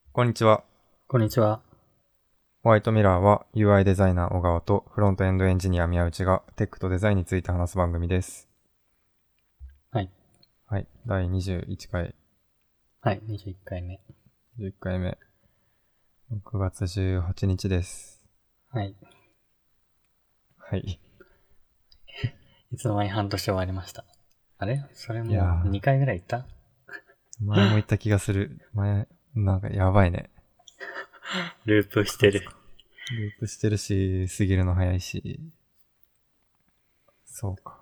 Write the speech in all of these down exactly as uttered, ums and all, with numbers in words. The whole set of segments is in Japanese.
こんにちは。 こんにちは。 ホワイトミラーは ユーアイ デザイナー小川とフロントエンドエンジニア宮内がテックとデザインについて話す番組です。 はい。 はい。だいにじゅういっかい。 はい、にじゅういっかいめ。 じゅういっかいめ。ろくがつじゅうはちにちです。 はい。 はい。 いつの間に半年終わりました。あれそれいやもうーにかいぐらい行った？ 前も言った気がする。前、なんかやばいね。 ループしてる。 ループしてるし、過ぎるの早いし。そうか。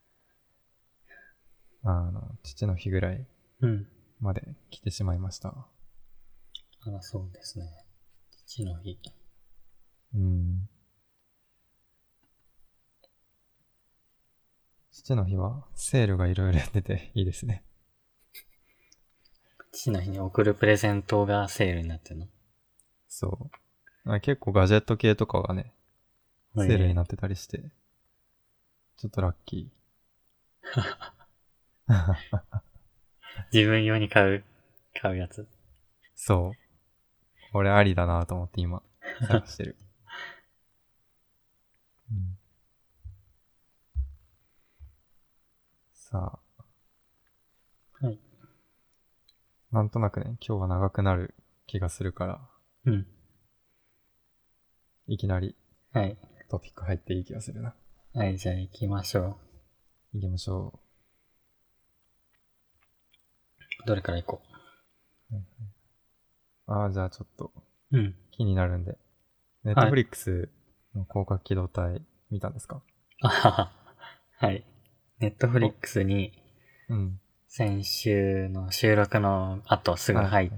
あの、父の日ぐらいうん。 まで来てしまいました。 あら、そうですね。父の日。 うん。父の日はセールがいろいろやってていいですね。 父の日に送るプレゼントがセールになってるの？ そう。あ、結構ガジェット系とかがね、セールになってたりして、ちょっとラッキー。 自分用に買う、買うやつ。 そう。俺ありだなと思って今、探してる。うん、さはい。 あ、なんとなくね、今日は長くなる気がするから、 うん。 いきなりはい。 トピック入っていい気がするな。 はい、じゃあ行きましょ行きましょう。どれから行こう。ああ、じゃあちょっとう。うん。 気になるんで。ネットはい。 フリックスの広角機動隊見たんですか？ あはは。はい。ネットフリックスにうん。 先週の収録の後すぐはい。 入って、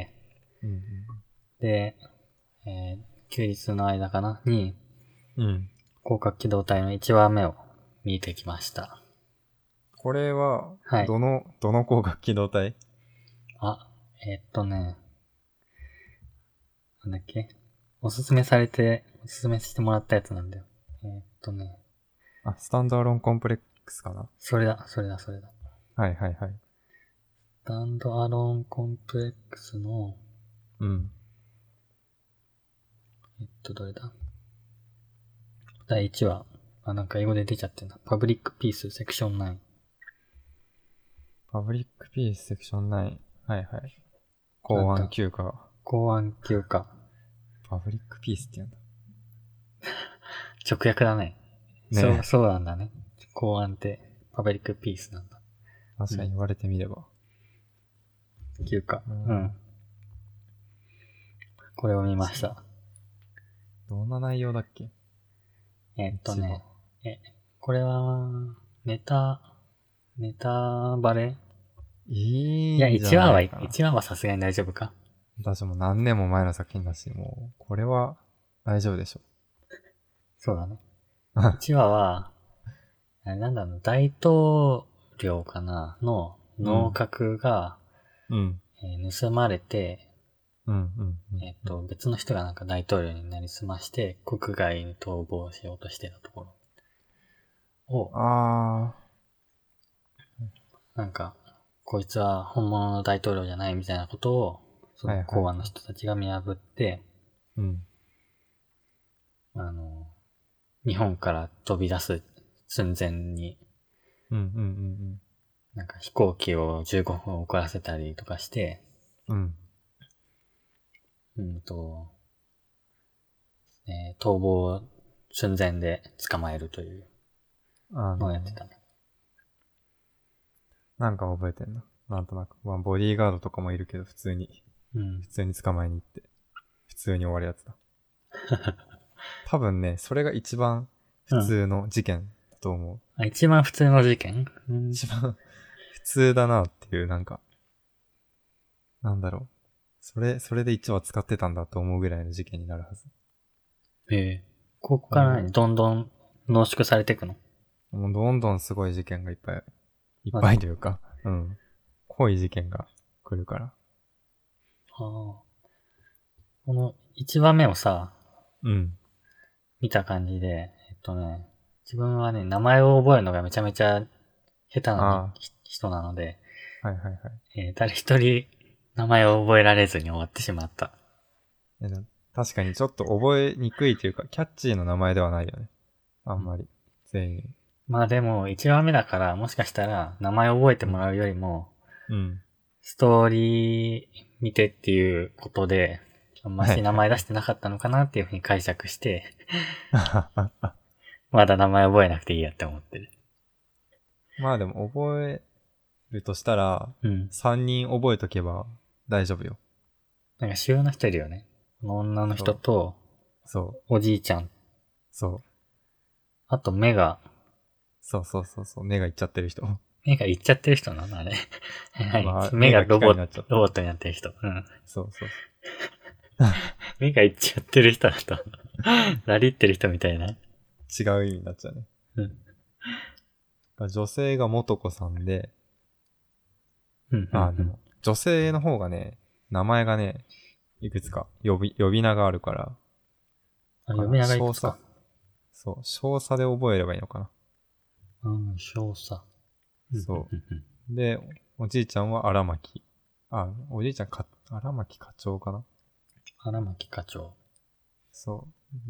うんで、えー休日の間かなに、 うん。うん。 広角機動隊のいちわめを見てきました。 これは、 はい。 どの、どの広角機動隊？ あ、えーっとね、なんだっけおすすめされて、おすすめしてもらったやつなんだよ。えーっとね、 あ、スタンドアローンコンプレックスかな？ それだ、それだ、それだ。 はいはいはい。 スタンドアローンコンプレックスの、 うん。 えっと、どれだだいいちわ。あ、なんか英語で出ちゃってんな。パブリックピースセクションナイン。 パブリックピースセクションナイン。はいはい。公安休暇。 公安休暇。 パブリックピースって言うんだ。 直訳だね。 ねえ。 そう、そうなんだね。公安ってパブリックピースなんだ。 確かに言われてみれば。 休暇。 ううんん。これを見ました。 どんな内容だっけ？ えっとね、え、これは、ネタ、ネタバレいや、 いいんじいちわは、 ゃないかな。 いちわはさすがに大丈夫か。 私も何年も前の作品だし、もう、これは大丈夫でしょ。 そうだね。いちわは、あれなんだろう、大統領かなの脳核が、 うん。 えー盗まれて、 うんうんうん。 えっと、別の人がなんか大統領になりすまして、国外に逃亡しようとしてたところを、 あなんか、こいつは本物の大統領じゃないみたいなことを、その公安の人たちが見破って、 ー。うん。 あの、日本から飛び出す寸前に、 うんうんうんなんか飛行機をじゅうごふん遅らせたりとかして、 うん。うん。 うんと、えー逃亡寸前で捕まえるというあののをやってたね。 なんか覚えてんな。なんとなく。まあ、ボディーガードとかもいるけど、普通に、 うん。 普通に捕まえに行って、普通に終わるやつだ。多分ね、それが一番普通の事件だと思う。 あ、一番普通の事件、うん、 一番普通だなっていう、なんか、なんだろう。それ、それでいちわ使ってたんだと思うぐらいの事件になるはず。 ええここから何どんどん濃縮されていくの？ もうどんどんすごい事件がいっぱい、いっぱいというか、うん。濃い事件が来るから。 ああ。このいちわめをさ、 うん。 見た感じで、えっとね、自分はね、名前を覚えるのがめちゃめちゃ下手なあ人なので、 あ、はいはいはい。 えー誰一人名前を覚えられずに終わってしまった。 えでも確かにちょっと覚えにくいというか、キャッチーな名前ではないよね。あんまり。全員。 まあでも、いちわめだから、もしかしたら、名前を覚えてもらうよりも、 うん。 ストーリー見てっていうことで、あんまし名前出してなかったのかなっていうふうに解釈して、まだ名前覚えなくていいやって思ってる。 まあでも覚えるとしたら、 うん。 さんにん覚えとけば大丈夫よ。 なんか主要な人いるよね。この女の人と、 そう。 おじいちゃん。 そう。 あと目が、 そうそうそうそう。目がいっちゃってる人。 目がいっちゃってる人なのあれ。はいまあ目がロボ目が機械になっちゃったロボットになってる人。うん。 そうそう目がいっちゃってる人だと、ラリってる人みたいな。 そう。違う意味になっちゃうね。 うん。 女性がもとこさんで、 うん。 あ、でも、女性の方がね、名前がね、いくつか呼び、呼び名があるから、 あ、呼び名がいくつか。 そう、少佐で覚えればいいのかな。 うん、少佐。 そうんうんう。で、おじいちゃんは荒牧。あ、おじいちゃんか、荒牧課長かな。 荒牧課長。 そう。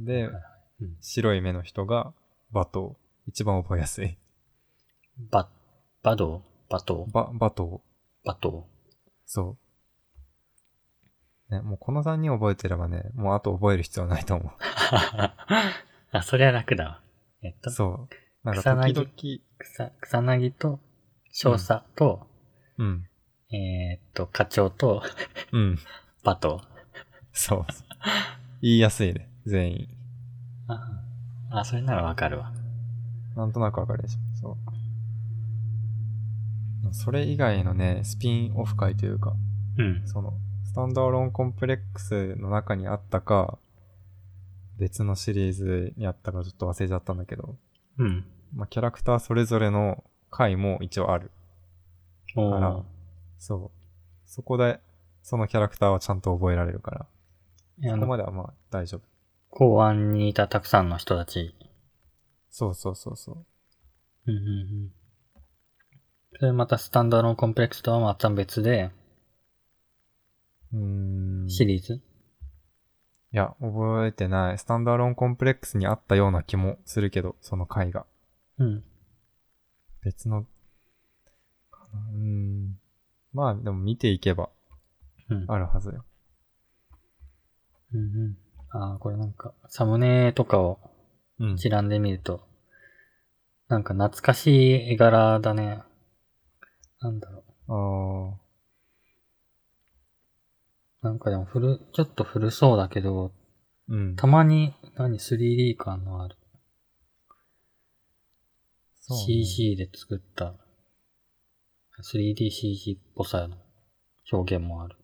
で、 はいはいうん、 白い目の人が馬頭。一番覚えやすい。 バ、バドバトば、馬頭。 バトそう。ね、もうこのさんにん覚えてればね、もうあと覚える必要ないと思う。 あ、そりゃ楽だわ。えっと、 そう。なんか草時々、 薙、草、草薙と、少佐と、 うん。 えーっと、課長と、 うん。 バトそうそう。言いやすいね、全員。 あ、あ、それならわかるわ。 なんとなくわかるでしょ。そう。それ以外のね、スピンオフ会というか、 うん。 その、スタンドアローンコンプレックスの中にあったか、別のシリーズにあったかちょっと忘れちゃったんだけど、 うん。 まあ、キャラクターそれぞれの回も一応あるかおらー、 そう。そこで、そのキャラクターはちゃんと覚えられるから、 えあのそこまではまあ大丈夫。 公安にいたたくさんの人たち。 そうそうそうそう。 うんうんうん。それまたスタンダードのコンプレックスとはまた別で、 うーん。 シリーズいや、覚えてない。スタンドアローンコンプレックスにあったような気もするけど、その回が。 うん。 別の、かなうーん。まあ、でも見ていけば、 うん。 あるはずよ。 うんうん。ああ、これなんか、サムネとかをうん。 一覧で見ると、なんか懐かしい絵柄だね。なんだろああ。 う。なんかでも古、ちょっと古そうだけど、 うん。 たまに、何、スリーディー 感のある。 そうねシージー で作った、スリーディーシージー っぽさの表現もある。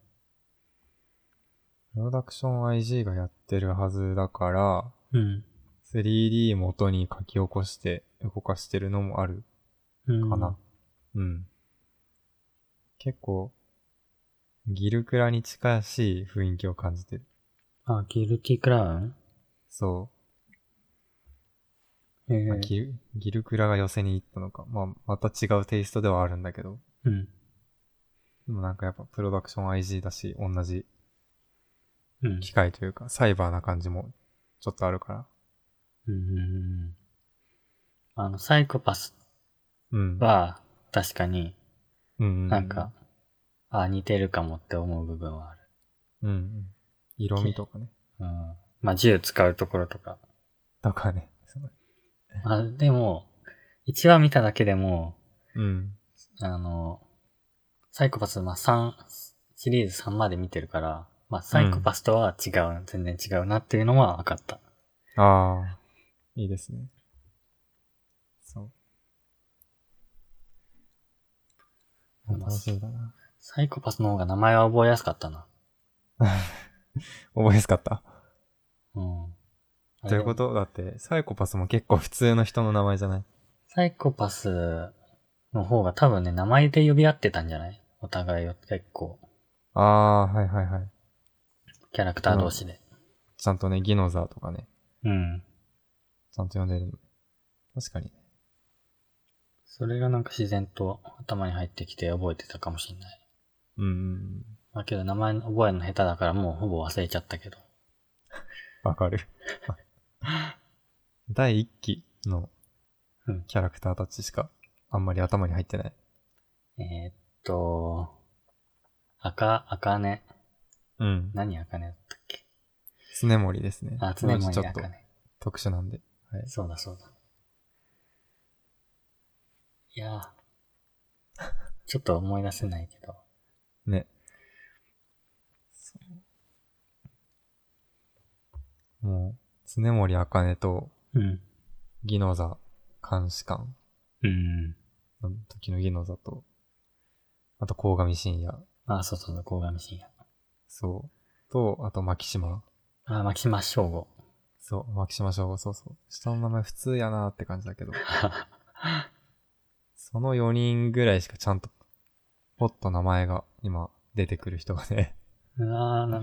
プロダクション アイジー がやってるはずだから、 うん。 スリーディー 元に書き起こして動かしてるのもあるうん。 かな。うん。結構、ギルクラに近しい雰囲気を感じてる。 あ、ギルティクラウンそえう。まあ、 ー、 ギル、ギルクラが寄せに行ったのか。まあ、また違うテイストではあるんだけど。 うん。 でもなんかやっぱプロダクション アイジー だし、同じうん。 機械というか、サイバーな感じもちょっとあるから。 うんうんうんあの、サイコパスうん。 は、確かに、 うんうんうん。 なんか、あ、似てるかもって思う部分はある。 うんうん。色味とかね。 うん。まあ、銃使うところとか。 とかね。 まあ、でも、いちわ見ただけでも、 うん。 あの、サイコパス、まあ、さん、シリーズさんまで見てるから、まあ、サイコパスとは違う、全然違うなっていうのは分かった。 ああ、いいですね。そう。楽しみだな。 サイコパスの方が名前は覚えやすかったな。 覚えやすかった。 うん。 ということだって、サイコパスも結構普通の人の名前じゃない？ サイコパスの方が多分ね、名前で呼び合ってたんじゃない？お互いを結構。 ああ、はいはいはい。 キャラクター同士で。 ちゃんとね、ギノザーとかね。 うん。 ちゃんと呼んでるの。確かに。 それがなんか自然と頭に入ってきて覚えてたかもしれない。 うん。 だけど名前覚えるの下手だからもうほぼ忘れちゃったけど。 わかる。だいいっきのうん。 キャラクターたちしかあんまり頭に入ってない。 えー、っと、赤、赤ね。 うん。 何赤ねだったっけ？ 常森ですね。 あ、常森ちょっと赤ね。 特殊なんで。はい。 そうだそうだ。いやー、ちょっと思い出せないけど。 ね。もう、常森茜と、 うん。 ギノザ監視官うん。 の時のギノザと、あと、鴻上信也。 あ、そうそうそう、鴻上信也。 そう。と、あと、牧島。 あ、牧島省吾。 そう、牧島翔吾、そうそう。下の名前普通やなーって感じだけど。そのよにんぐらいしかちゃんと、ポッと名前が今出てくる人がね、 うわー、なん、うん。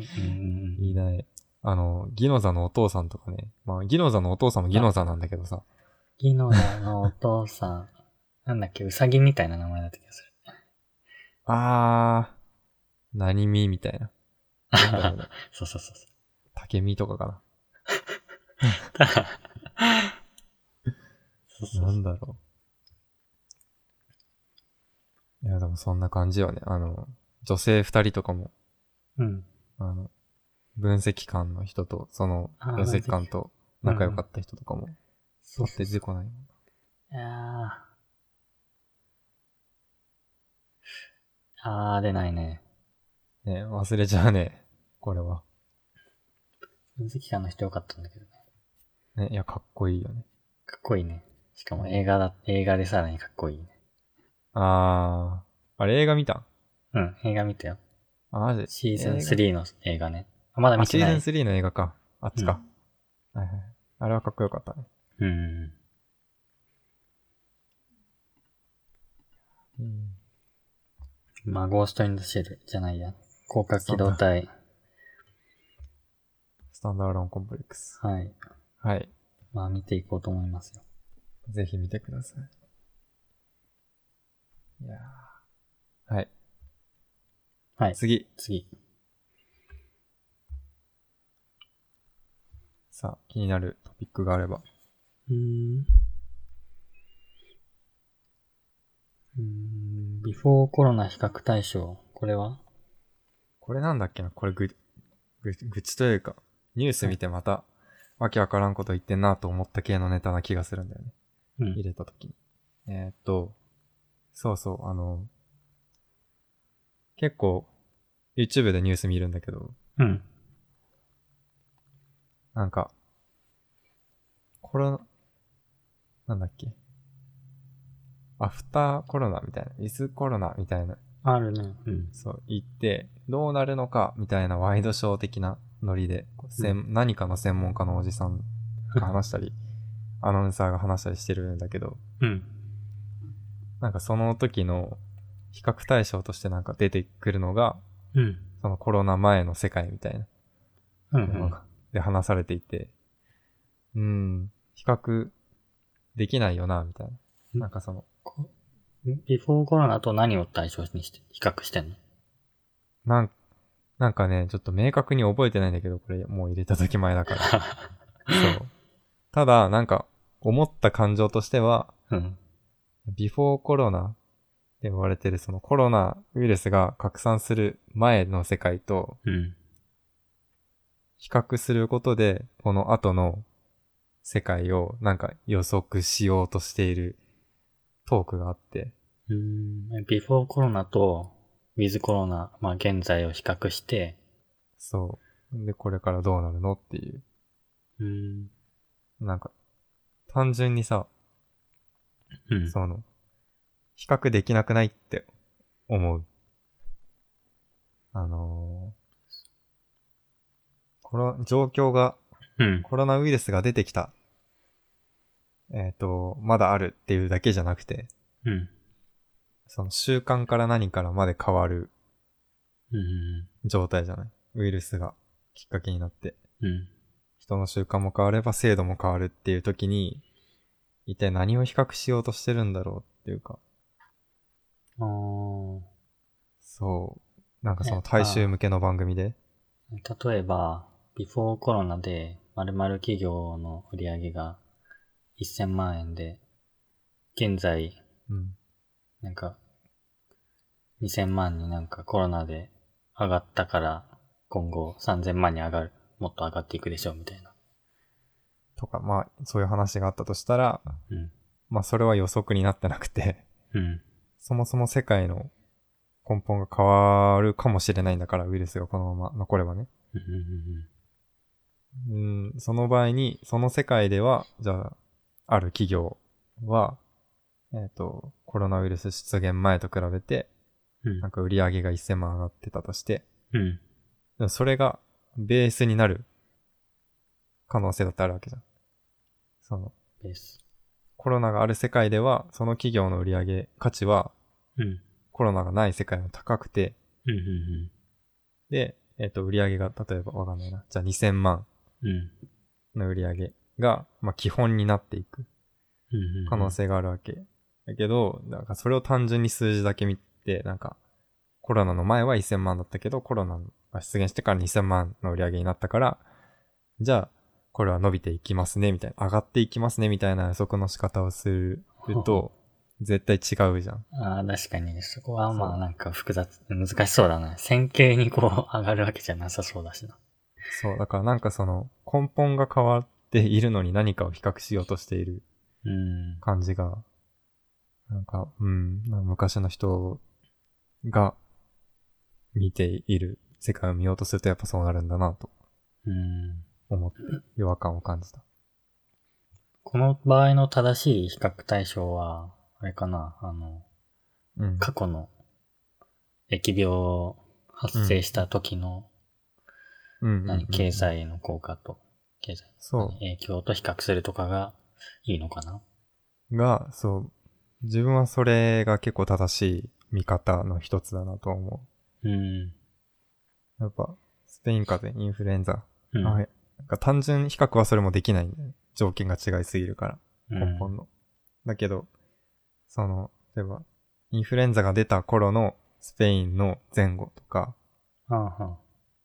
いない。あの、ギノザのお父さんとかね。まあ、ギノザのお父さんもギノザなんだけどさ。 ギノザのお父さん。なんだっけ、ウサギみたいな名前だった気がする。 あー、何みみたいな。なんだろうね。 そうそうそうそう。 竹見とかかそうそうな。なんだろう。いや、でもそんな感じよね。あの、女性二人とかも、 うん。 あの、分析官の人と、そのあー分析官と仲良かった人とかも、パッてそうそうそう。 出てこないもんいやー。あー、出ないね。 な。ね、忘れちゃうね。これは。 分析官の人よかったんだけどね。 ね、いや、かっこいいよね。 かっこいいね。しかも映画だ、映画でさらにかっこいいね。 あー、あれ映画見た？ うん、映画見たよ。 あ、マジ？ シーズン映画スリーの映画ね。あ、まだあ、 見てない。 シーズンスリーの映画か。あっちか。はいはい。あれはかっこよかったね。 うん。 うん。 まあ、ゴーストインドシェルじゃないや。広角機動隊。 スタンダードローンコンプレックス。 はい。 はい。 まあ、見ていこうと思いますよ。 ぜひ見てください。いやー。はい。 はい。 次。 次。 さあ、気になるトピックがあれば。 うーん。うーん。ビフォーコロナ比較対象。これはこれなんだっけなこれぐ、ぐ、愚痴というか、ニュース見てまた、わけわからんこと言ってんなと思った系のネタな気がするんだよね。 うん。 入れたときに。えー、っと、そうそう、あの、結構、YouTube でニュース見るんだけど、 うん。 なんか、コロナ、なんだっけアフターコロナみたいな、ウィズコロナみたいな、 あるね。うん。 そう、言って、どうなるのかみたいなワイドショー的なノリで、せんう何かの専門家のおじさんが話したり、アナウンサーが話したりしてるんだけど、 うん。 なんかその時の比較対象としてなんか出てくるのが、 うん。 そのコロナ前の世界みたいなうん。うんのが、で話されていて、うーん、比較できないよな、みたいな。 うんなんかその、 こビフォーコロナと何を対象にして比較してんの？ なんなんかね、ちょっと明確に覚えてないんだけど、これもう入れた時前だから。そう。ただ、なんか、思った感情としては、 うん。 ビフォーコロナって言われてるそのコロナウイルスが拡散する前の世界と、 うん。 比較することで、この後の世界をなんか予測しようとしているトークがあって、 うーん。ビフォーコロナとウィズコロナ、まあ現在を比較して、 そう。で、これからどうなるのっていう。 うーん。 なんか、単純にさ、 うん。 その、比較できなくないって思う。あのー、この状況が、 うん。 コロナウイルスが出てきた。えっと、まだあるっていうだけじゃなくて、 うん。 その習慣から何からまで変わるうん。 状態じゃない。ウイルスがきっかけになって。 うん。 人の習慣も変われば制度も変わるっていう時に、一体何を比較しようとしてるんだろうっていうか。 あー。 そう。 なんかその大衆向けの番組で。 例えば、ビフォーコロナで〇〇企業の売り上げがせんまんえんで、現在、 うん。 なんか、にせんまんになんかコロナで上がったから、今後さんぜんまんに上がる、もっと上がっていくでしょうみたいな。 とか、まあ、そういう話があったとしたら、 うん。 まあ、それは予測になってなくて、 うん。 そもそも世界の根本が変わるかもしれないんだから、ウイルスがこのまま残ればね。 うんうんうん、その場合に、その世界では、じゃあ、ある企業は、えっと、コロナウイルス出現前と比べて、 うん。 なんか売り上げがせんまん上がってたとして、 うん。 でもそれがベースになる可能性だってあるわけじゃん。その、 です。 コロナがある世界では、その企業の売り上げ価値は、 うん。 コロナがない世界は高くて、 うんうんで、えっと、売り上げが、例えばわかんないな。じゃあにせんまんうん。うん。 の売り上げが、まあ、基本になっていくうんうんうん。 可能性があるわけ。だけど、なんかそれを単純に数字だけ見て、なんか、コロナの前はせんまんだったけど、コロナが出現してからにせんまんの売り上げになったから、じゃあ、これは伸びていきますね、みたいな、上がっていきますね、みたいな予測の仕方をすると、絶対違うじゃん。 ああ、確かに、そこはまそうあなんか複雑、難しそうだね。線形にこう上がるわけじゃなさそうだしな。 そう、だからなんかその、根本が変わっているのに何かを比較しようとしているうん。 感じが、なんか、うん、昔の人が見ている世界を見ようとするとやっぱそうなるんだなとうん。 思って違和感を感じた。 この場合の正しい比較対象は、あれかな、あの、 うん。 過去の疫病発生した時の、 うんうんうんうん何、経済の効果と、経済その影響と比較するとかがいいのかな。 う。が、そう。自分はそれが結構正しい見方の一つだなと思うん。 う。やっぱ、スペイン風邪、インフルエンザ。 うん。 はい。なんか単純比較はそれもできないんだよね。条件が違いすぎるから。 うん根本の。だけど、その、例えば、インフルエンザが出た頃のスペインの前後とか、 ああは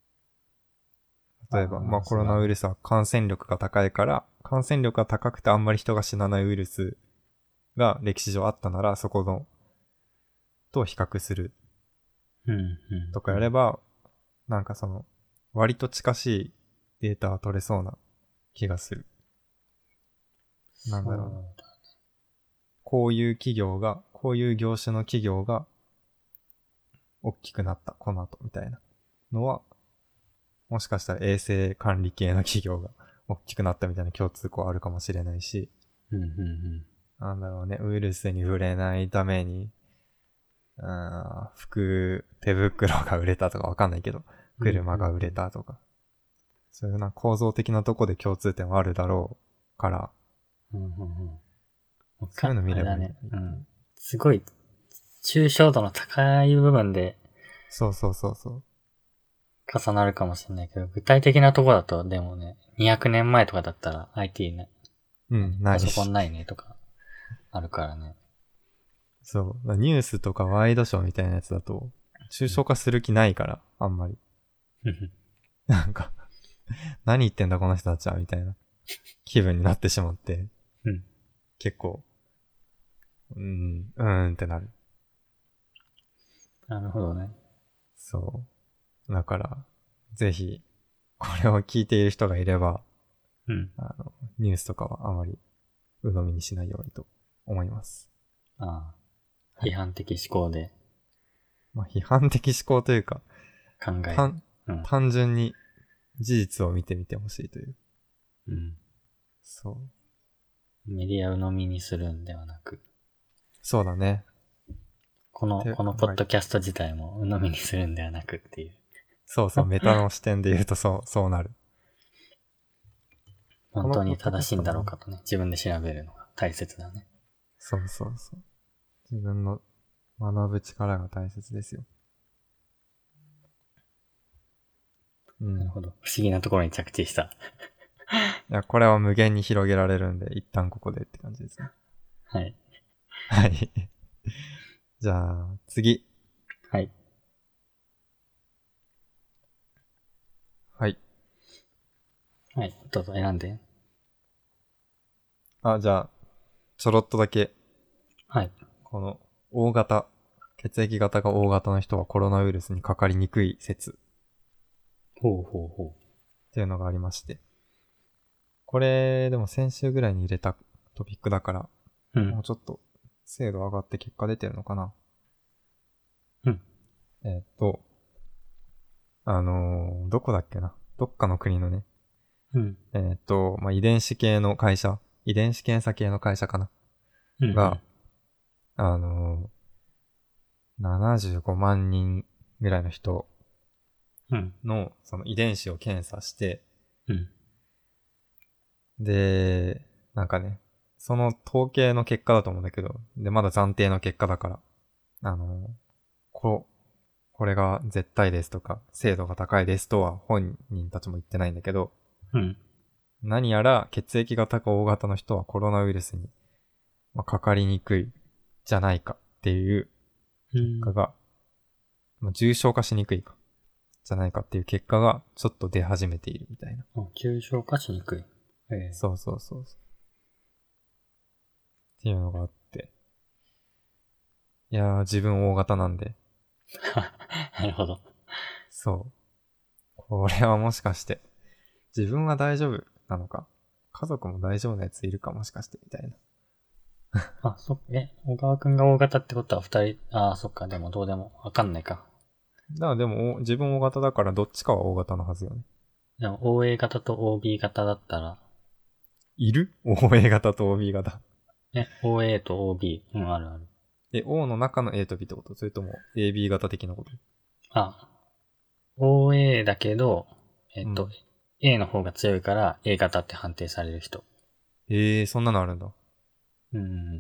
例えば、 あーまあコロナウイルスは感染力が高いから、感染力が高くてあんまり人が死なないウイルスが歴史上あったなら、そこの、と比較するうんうん。 とかやれば、なんかその、割と近しいデータは取れそうな気がする。なんだろうな。こういう企業が、こういう業種の企業が、大きくなった、この後、みたいなのは、もしかしたら衛生管理系の企業が大きくなったみたいな共通項あるかもしれないし、 うんうんうん。 なんだろうね、ウイルスに触れないために、うーん、服、手袋が売れたとかわかんないけど、車が売れたとか、そういうな構造的なとこで共通点はあるだろうから、 うんうんうん。 そういうの見ればいい。 あれだね。うん。すごい、抽象度の高い部分でそうそうそうそう。 重なるかもしれないけど、具体的なとこだと、でもね、にひゃくねんまえとかだったら アイティー ね、 うん、ないし。 パソコンないねとか、あるからね。 そう。ニュースとかワイドショーみたいなやつだと、抽象化する気ないから、あんまり。なんか、何言ってんだこの人たちは、みたいな気分になってしまって、 うん。 結構、うん、うーんってなる。 なるほどね。 そう。だから、ぜひ、これを聞いている人がいれば、 うん。 あの、ニュースとかはあまり鵜呑みにしないようにと思います。 ああ。 はい批判的思考でまあ、批判的思考というか、 考える。 単うん。 単純に事実を見てみてほしいという。 うん。 そう。 メディアを鵜呑みにするんではなく、 そうだね。 この、 でこのポッドキャスト自体も鵜呑みにするんではなくっていう。 そうそう、メタの視点で言うとそう、そうなる。 本当に正しいんだろうかとね、自分で調べるのが大切だね。 そうそうそう。自分の学ぶ力が大切ですよ。うん。いなるほど。不思議なところに着地した。 や、これは無限に広げられるんで、一旦ここでって感じですね。 はい。 はい。じゃあ、次。 はい。 はい、どうぞ選んで。 あ、じゃあ、ちょろっとだけ、 はい。 この、O 型、血液型が O 型の人はコロナウイルスにかかりにくい説ほうほうほっていうのがありまして。これ、でも先週ぐらいに入れたトピックだから、 う。うん。 もうちょっと精度上がって結果出てるのかな。 うん。 えーっと、あのー、どこだっけな。どっかの国のね、 うん。 えーっと、まあ、遺伝子系の会社、遺伝子検査系の会社かな。 うん。 が、あのー、ななじゅうごまんにんぐらいの人うん。 の、その遺伝子を検査して、 うん。 で、なんかね、その統計の結果だと思うんだけど、で、まだ暫定の結果だから、あのー、こ、これが絶対ですとか、精度が高いですとは本人たちも言ってないんだけど、 うん。 何やら血液型が O 型の人はコロナウイルスに、まあ、かかりにくいじゃないかっていう結果が、まあ、重症化しにくいか、じゃないかっていう結果がちょっと出始めているみたいな。 うん。重症化しにくい。ええ。 そうそうそうそう。っていうのがあって。いやー、自分 O 型なんで、 なるほど。 そう。これはもしかして、自分は大丈夫なのか、家族も大丈夫なやついるかもしかしてみたいな。 あ、そっか。え、小川くんが大型ってことは二人、ああ、そっか。でもどうでもわかんないか。 だからでも、お自分 O 型だからどっちかは O 型のはずよね。 でも オーエー 型と オービー 型だったら、 いる ?O A 型と O B 型。 え、オーエー と オービー、うん、あるある。 え、O の中の A と B ってこと？それとも エービー 型的なこと？ あ、オーエー だけど、えっと、 うん、 A の方が強いから A 型って判定される人。 えー、そんなのあるんだ。 うん。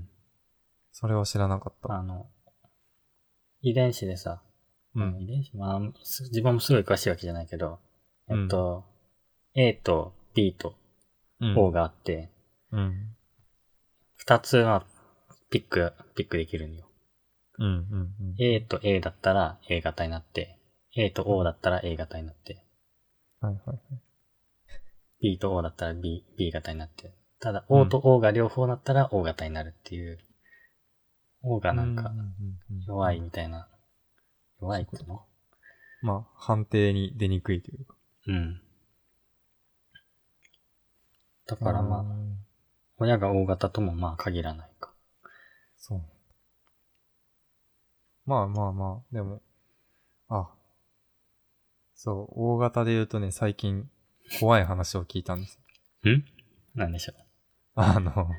それは知らなかった。 あの、遺伝子でさ、 うん。 うん、遺伝子、まあ、す自分もすごい詳しいわけじゃないけど、えうん。 っと、A と B とうん。 O があって、 うん。 二つはピック、ピックできるんよ。 うん。うん。うん。 A と A だったら A 型になって、A と O だったら A 型になって、 はいはいはい。 B と O だったら B、B 型になって、ただうん O と O が両方だったら O 型になるっていう、O がうん。 なんかうんうん。 弱いみたいな、弱いっての？ まあ、判定に出にくいというか。 うん。だあからまあ、 ー、 親が O 型ともまあ限らないか。 そう。まあまあまあ、でも、あ、そう、大型で言うとね、最近、怖い話を聞いたんです。 んなんでしょあの、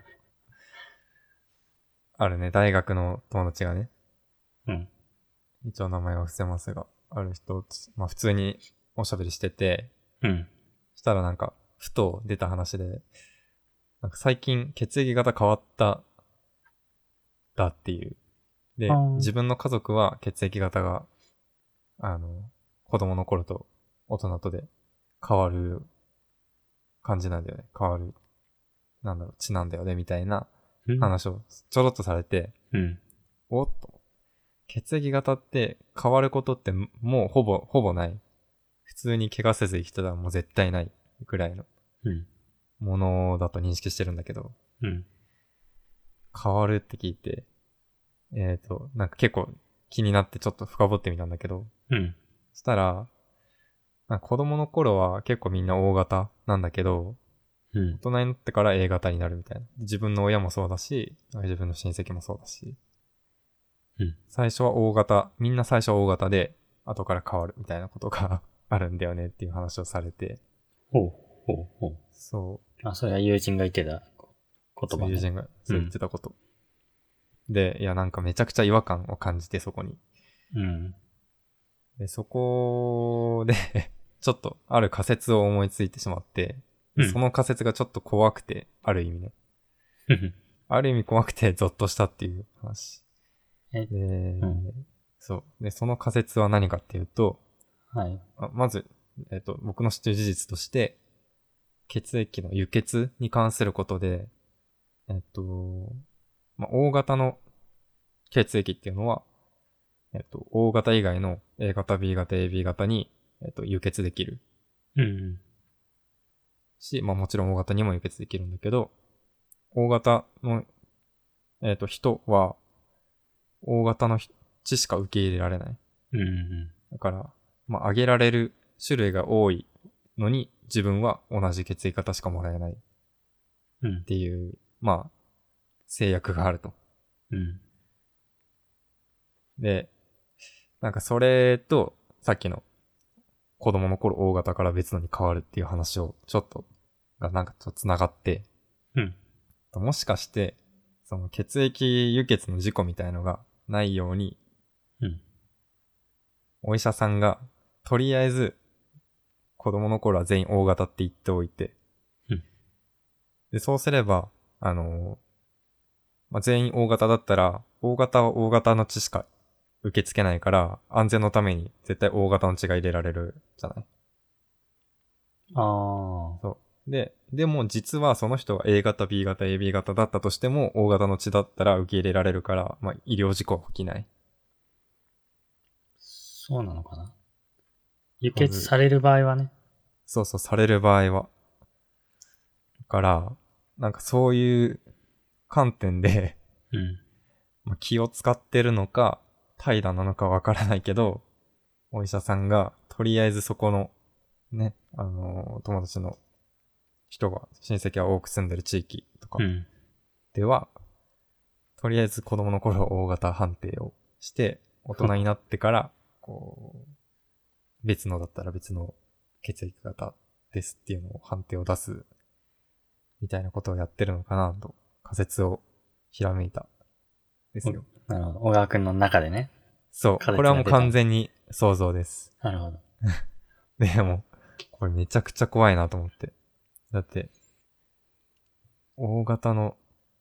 あるね、大学の友達がね、 う。うん。 一応名前は伏せますが、ある人、まあ普通におしゃべりしてて、 うん。 そしたらなんか、ふと出た話で、なんか最近血液型変わっただっていう。で、 あー自分の家族は血液型が、あの、子供の頃と大人とで変わる感じなんだよね。変わる、なんだろう、血なんだよね、みたいなうん。 話をちょろっとされて、 うん。 おっと、血液型って変わることってもうほぼ、ほぼない。普通に怪我せず生きてたらもう絶対ないぐらいのうん。 ものだと認識してるんだけど、 うん。 変わるって聞いて、えっと、なんか結構気になってちょっと深掘ってみたんだけど、 うん。 そしたら、なんか子供の頃は結構みんな O 型なんだけど、 うん。 大人になってから A 型になるみたいな。自分の親もそうだし、自分の親戚もそうだし、 うん。 最初は O 型、みんな最初は O 型で、後から変わるみたいなことがあるんだよねっていう話をされて、 ほう。ほう。ほう。 そう、 あ、それは友人が言ってた言葉ね。 そういう友人がそう言ってたこと。で、いやなんかめちゃくちゃ違和感を感じてそこに。 うん。 で、そこでちょっとある仮説を思いついてしまって、 うん。 その仮説がちょっと怖くて、ある意味ね。 ふふ。 ある意味怖くてゾッとしたっていう話。 え、 で、 んそう。で、その仮説は何かっていうと、 はい。 あまず、えっと、僕の知ってる事実として、血液の輸血に関することで、えっと、まあ、O 型の血液っていうのは、えっと、O 型以外の A 型、B 型、エービー 型に、えっと、輸血できる。 うん。 し、まあもちろん O 型にも輸血できるんだけど、O 型の、えっと、人は、O 型の血しか受け入れられない。 うんうんだから、まあ、あげられる種類が多いのに、自分は同じ血液型しかもらえないっうんていう、まあ、制約があると。 うんで、なんかそれと、さっきの子供の頃 O 型から別のに変わるっていう話を、ちょっと、がなんかちょっと繋がって、 うんもしかして、その血液輸血の事故みたいのがないように、 うんお医者さんが、とりあえず、子供の頃は全員 O 型って言っておいて、 うんで、そうすれば、あのーまあ、全員 O 型だったら、O 型は O 型の血しか受け付けないから、安全のために絶対 O 型の血が入れられるじゃない。 ああそう。で、でも実はその人が A 型、B 型、エービー 型だったとしても、O 型の血だったら受け入れられるから、まあ、医療事故は起きない。 そうなのかな。輸血される場合はね。 そうそう、される場合は。だから、なんかそういう観点で、 うんまあ、気を使ってるのか、怠惰なのかわからないけど、お医者さんが、とりあえずそこの、ね、あのー友達の人が、親戚が多く住んでる地域とかうんでは、とりあえず子供の頃大型判定をして、大人になってから、こう、別のだったら別の血液型ですっていうのを判定を出す、みたいなことをやってるのかなと、仮説をひらめいた。ですよ。 なるほど。小川くんの中でね。 そう。 仮説が出たこれはもう完全に想像です。 なるほど。 でも、これめちゃくちゃ怖いなと思って。だって、大型の、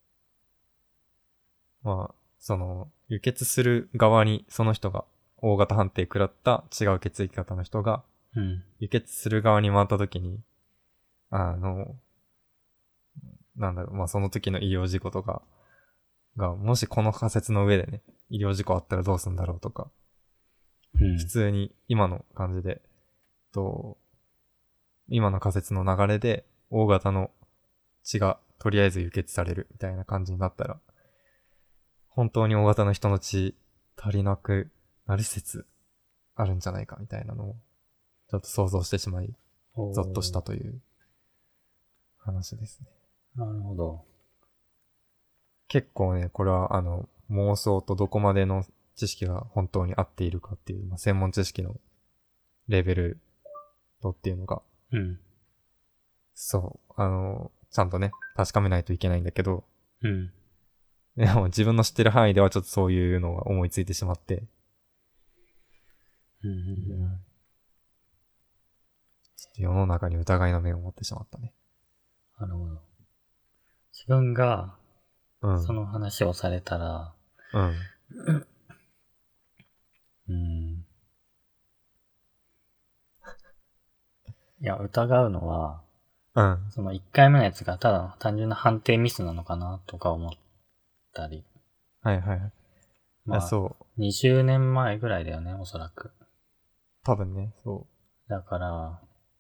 まあ、その、輸血する側にその人が大型判定食らった違う血液型の人が、 うん。 輸血する側に回った時に、あの、なんだろう、まあその時の医療事故とかが、もしこの仮説の上でね、医療事故あったらどうするんだろうとか、 うん。 普通に今の感じで、と、今の仮説の流れで、大型の血がとりあえず輸血されるみたいな感じになったら、本当に大型の人の血足りなくなる説あるんじゃないかみたいなのを、ちょっと想像してしまい、 おーゾッとしたという話ですね。 なるほど。 結構ね、これはあの、妄想とどこまでの知識が本当に合っているかっていう、まあ、専門知識のレベルとっていうのが、 うん。 そう、あの、ちゃんとね、確かめないといけないんだけど、 うん。 でも自分の知ってる範囲ではちょっとそういうのが思いついてしまって、 うんうんうん。 ちょっと世の中に疑いの目を持ってしまったね。 なるほど。自分が、 うん。 その話をされたら、 うん。 うん。いや、疑うのは、 うん。 そのいっかいめのやつがただの単純な判定ミスなのかなとか思ったり。 はいはいはい。 まあ、 いやそう。 にじゅうねんまえぐらいだよね、おそらく。 多分ね、そだから、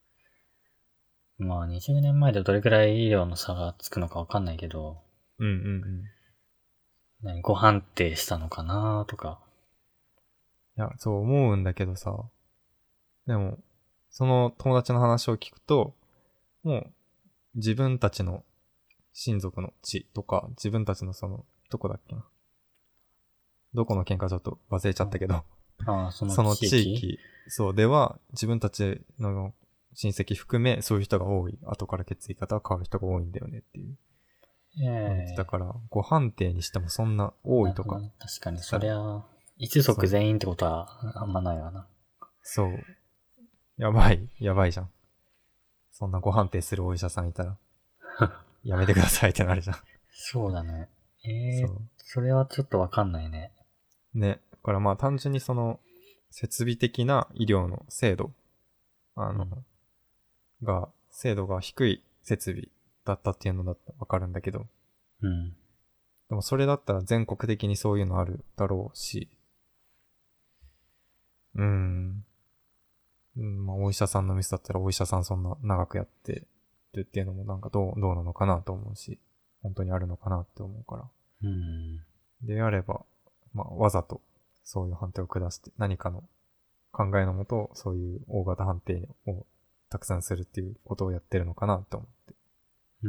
まあにじゅうねんまえでどれくらい医療の差がつくのかわかんないけど、 う。うんうんうん。 何、ご判定したのかなとか。 いや、そう思うんだけどさ。でも、その友達の話を聞くと、もう、自分たちの親族の血とか、自分たちのその、どこだっけな。どこの県かちょっと忘れちゃったけど、 ああ、そのその地域。 地域、そうでは、自分たちの親戚含め、そういう人が多い。後から血液型が変わる人が多いんだよねっていう。 ええだから、ご判定にしてもそんな多いとかなるほど。ね確かに、そりゃ、一族全員ってことはあんまないわな。 そう。やばい、やばいじゃん。そんなご判定するお医者さんいたら、やめてくださいってなるじゃん。 そうだね。ええそう。 それはちょっとわかんないね。 ね。だからまあ単純にその、設備的な医療の精度、あの、が、精度が低い設備だったっていうのだったらわかるんだけど、 うん。 でもそれだったら全国的にそういうのあるだろうし、うーん。うん、まあお医者さんのミスだったらお医者さんそんな長くやってるっていうのもなんかどう、どうなのかなと思うし、本当にあるのかなって思うから。 うん。 であれば、まあ、わざとそういう判定を下して、何かの考えのもと、そういう大型判定をたくさんするっていうことをやってるのかなと思って。 うん。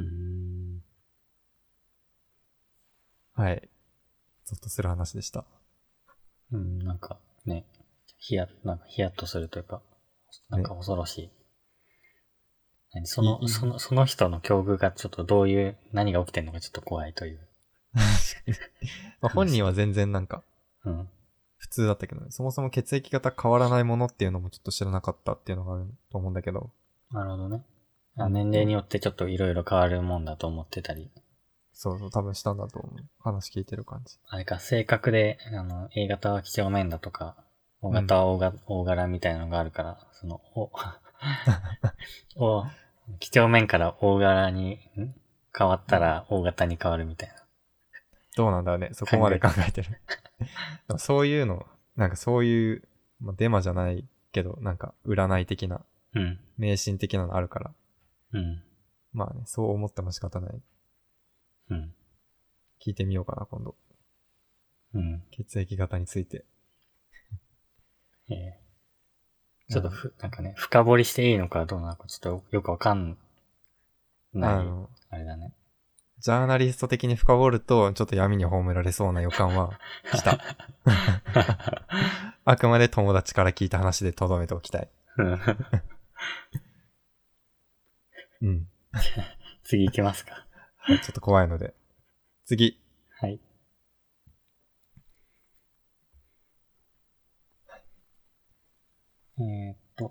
はい。ゾッとする話でした。 うん、なんかね、ヒヤ、なんかヒヤッとするというか、なんか恐ろしい。何その、 いいその、その人の境遇がちょっとどういう、何が起きてるのかちょっと怖いという。 まあ本人は全然なんか、 うん。 普通だったけどね、そもそも血液型変わらないものっていうのもちょっと知らなかったっていうのがあると思うんだけど。 なるほどね。 うん、 年齢によってちょっといろいろ変わるもんだと思ってたり。 そうそう、多分したんだと思う。話聞いてる感じ。 あれか、性格で、あの、A 型は几帳面だとか、O 型は大が、大柄みたいなのがあるから、その、お、お、几帳面から大柄に、ん変わったら大型に変わるみたいな。 どうなんだろうね。そこまで考えてる。でもそういうの、なんかそういう、まあ、デマじゃないけど、なんか占い的な、 うん。 迷信的なのあるから。 うん。 まあね、そう思っても仕方ない。 うん。 聞いてみようかな、今度。 うん。 血液型について。 ええちょっとふ、なんかね、深掘りしていいのかどうなのかちょっとよくわかんない、 あの、 あれだね。 ジャーナリスト的に深掘ると、ちょっと闇に葬られそうな予感はした。あくまで友達から聞いた話で留めておきたい。うん。 次行きますか。 はい、ちょっと怖いので。次。 はい。えーっと、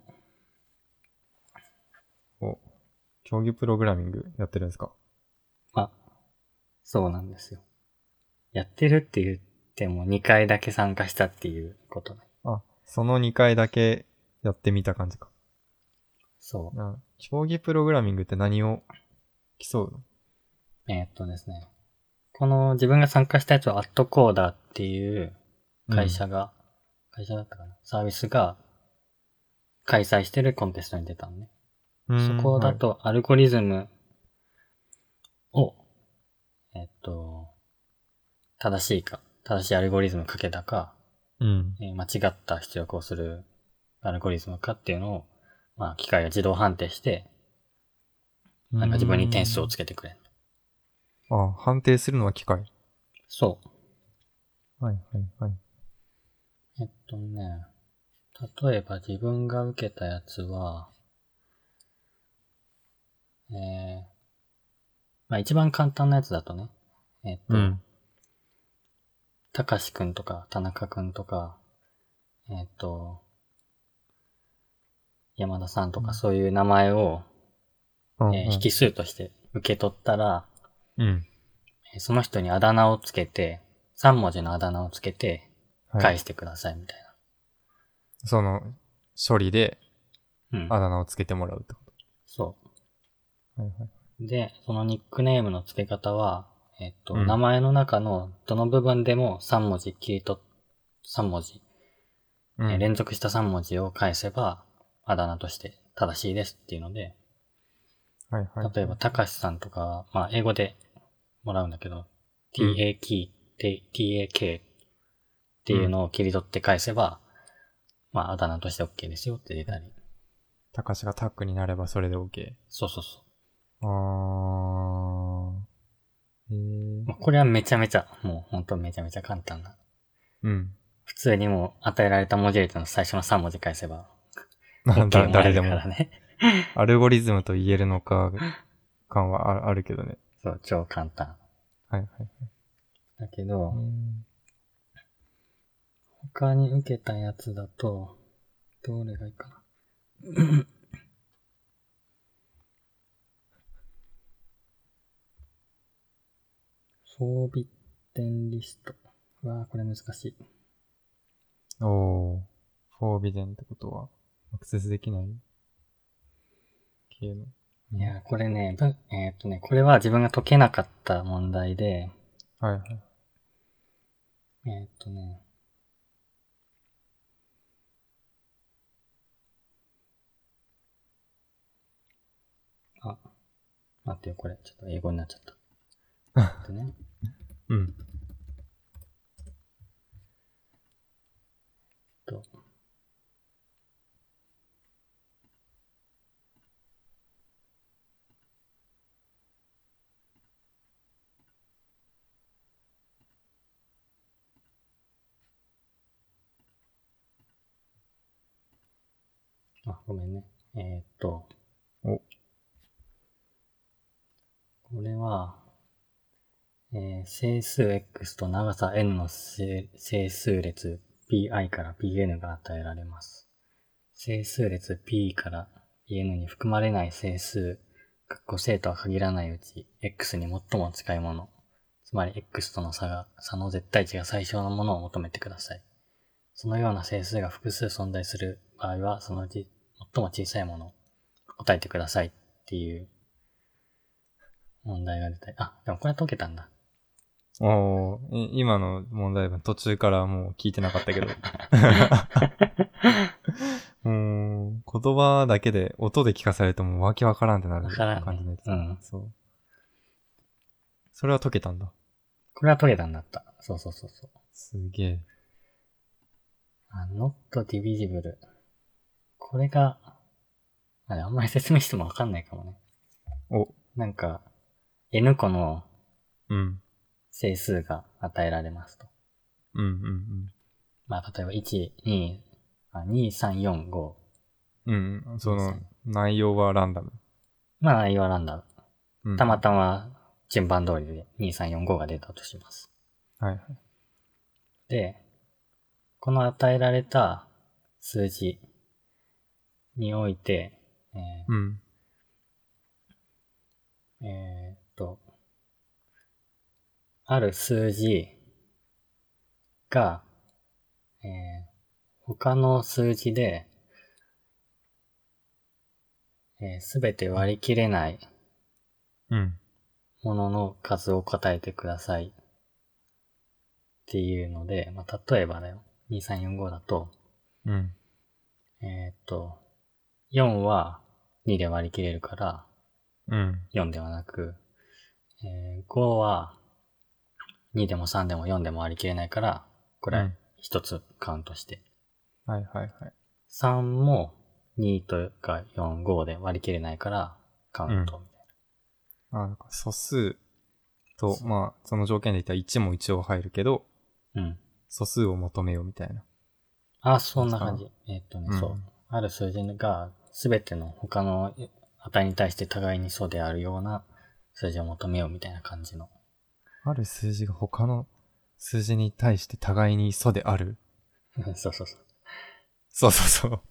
お、競技プログラミングやってるんですか？ あ、そうなんですよ。やってるって言ってもにかいだけ参加したっていうことね。 あ、そのにかいだけやってみた感じか。 そう。 な競技プログラミングって何を競うの？ えーっとですね。この自分が参加したやつはアットコーダーっていう会社が、うん、会社だったかなサービスが開催してるコンテストに出たのね。そこだとアルゴリズムを、えっと、正しいか、正しいアルゴリズムかけたか、 うん、 えー間違った出力をするアルゴリズムかっていうのを、まあ、機械が自動判定して、なんか自分に点数をつけてくれる。 あ、判定するのは機械。 そう。 はいはいはい。 えっとね、例えば自分が受けたやつは、えー、まあ一番簡単なやつだとね、えっと、たかしくんとか、田中くんとか、えっと、山田さんとかそういう名前を、 うんえー引数として受け取ったら、 うん、 その人にあだ名をつけて、さん文字のあだ名をつけて、返してくださいみたいな。 はい、その処理で、 うんあだ名をつけてもらうってこと。 そう。 はいはい、で、 そのニックネームの付け方は、えっと、うん、名前の中のどの部分でもさん文字切り取っ、さん文字、うんえー、連続したさん文字を返せば、あだ名として正しいですっていうので、 はいはいはい、 例えば、たかしさんとか、まあ、英語でもらうんだけど、 うん、 ティーエーケー、ティーエーケー っていうのを切り取って返せば、うん、まあ、あだ名として OK ですよって出たり。 たかしがタックになればそれで OK。 そうそうそう。 あー。へー。 これはめちゃめちゃ、もうほんとめちゃめちゃ簡単な。 うん。 普通にもう与えられた文字列の最初のさん文字返せば、OK もらえるからね。 アルゴリズムと言えるのか、感はあるけどね。 そう、超簡単。 はいはいはい。 だけど、他に受けたやつだと、どれがいいかな。フォービッテンリスト。うわぁ、これ難しい。 おー。フォービデンってことは、アクセスできない系の。 いや、これね、えー、っとね、これは自分が解けなかった問題で、 はいはい。 えー、っとね、あ、 待ってよ、これ。ちょっと英語になっちゃった。でね。 うん。 と。あ、ごめんね。えー、っと。 お。 これは、えー、整数 x と長さ n の整数列 pi から pn が与えられます。整数列 p から pn に含まれない整数、正とは限らないうち、x に最も近いもの、つまり x との差が、差の絶対値が最小のものを求めてください。そのような整数が複数存在する場合は、そのうち最も小さいものを答えてくださいっていう問題が出たり。あ、でもこれは解けたんだ。 おー、今の問題文途中からもう聞いてなかったけど。うーん、言葉だけで、音で聞かされるともうわけわからんってなるわからんね感じのやつ。 うん。 そう。それは解けたんだ。 これは解けたんだった。そうそうそうそう。 すげえ。 あ、not divisible。これが、あれ、あんまり説明してもわかんないかもね。 お、 なんか、n 個のうん。 整数が与えられますと。 うんうんうん。 まあ、例えばいち、に、あに、さん、よん、ご。 うん、その、内容はランダム。 まあ、内容はランダム。 うん、 たまたま順番通りでに、さん、よん、ごが出たとします。 はいはい。 で、この与えられた数字において、えーうん。 えーっと、ある数字が、えー他の数字で、すべて割り切れないうん。 ものの数を答えてくださいっていうので、まあ、例えばだよ。にさんよんごだと、 うん。 えーっと、よんはにで割り切れるから、 うん。 よんではなく、えーごはにでもさんでもよんでも割り切れないから、これ一つカウントして。 はいはいはい。 さんもにとかよん、ごで割り切れないからカウントみたいあ、なんか素数と、まあ、その条件で言ったらいちも一応入るけど、 な。うん。 素数を求めようみたいな。 あ、そんな感じ。えーっとね、 うんそう。ある数字がすべての他の値に対して互いに素であるような数字を求めようみたいな感じの。 ある数字が他の数字に対して互いに素である。 そうそうそう。 そうそうそう。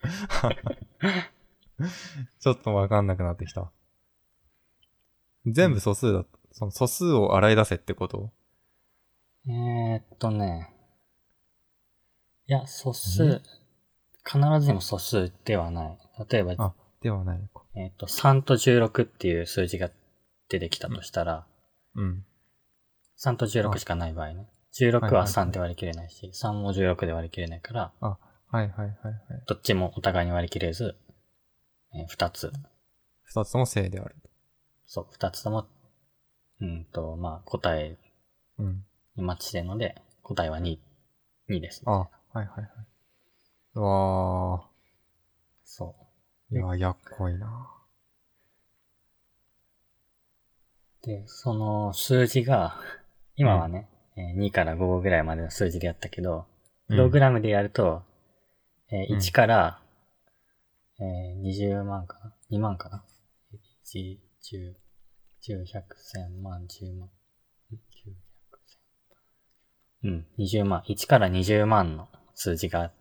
ちょっとわかんなくなってきた。全部素数だ。その素数を洗い出せってこと？ えーっとね。いや、素数、必ずしも素数ではない。例えば、 あ、ではないのか。 えーっと、さんとじゅうろくっていう数字が出てきたとしたら、 うん。 さんとじゅうろくしかない場合ね。じゅうろくはさんで割り切れないし、さんもじゅうろくで割り切れないから、 あ、はいはいはいはい。 どっちもお互いに割り切れず、えー、ふたつ。 二つとも正である。 そう、ふたつとも、うんと、まあ、答えうん。 にマッチしてるので、答えはに、にです、ね。 あ、はいはいはい。うわそー。いや、やっこいな。 う。で、その数字が、今はね、うん、えー、にからごぐらいまでの数字でやったけど、プログラムでやると、うん、えー、いちから、えー、にじゅうまんかな ?に 万かないち、じゅう、じゅう、ひゃく、せんまん、じゅうまん。じゅう、ひゃく、せん。うん、にじゅうまん。いちからにじゅうまんの数字が、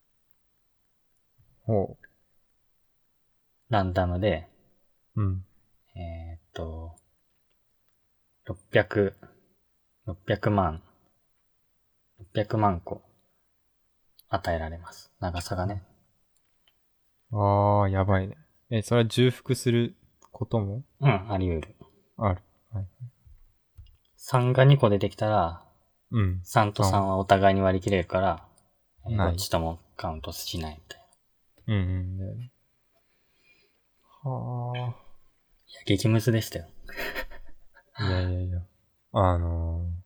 ほう。 ランダムで、 うん。 えーっと、ろっぴゃく、ろっぴゃくまん、ろっぴゃくまん個与えられます。長さがね。 あー、やばいね。え、それは重複することもうん、あり得る。 ある。はい。 さんがにこ出てきたら、 うん。 さんとさんはお互いに割り切れるから、えーないどっちともカウントしないみたいうんうん。ね、はあ。 いや、激ムズでしたよ。 いやいやいや。あのー、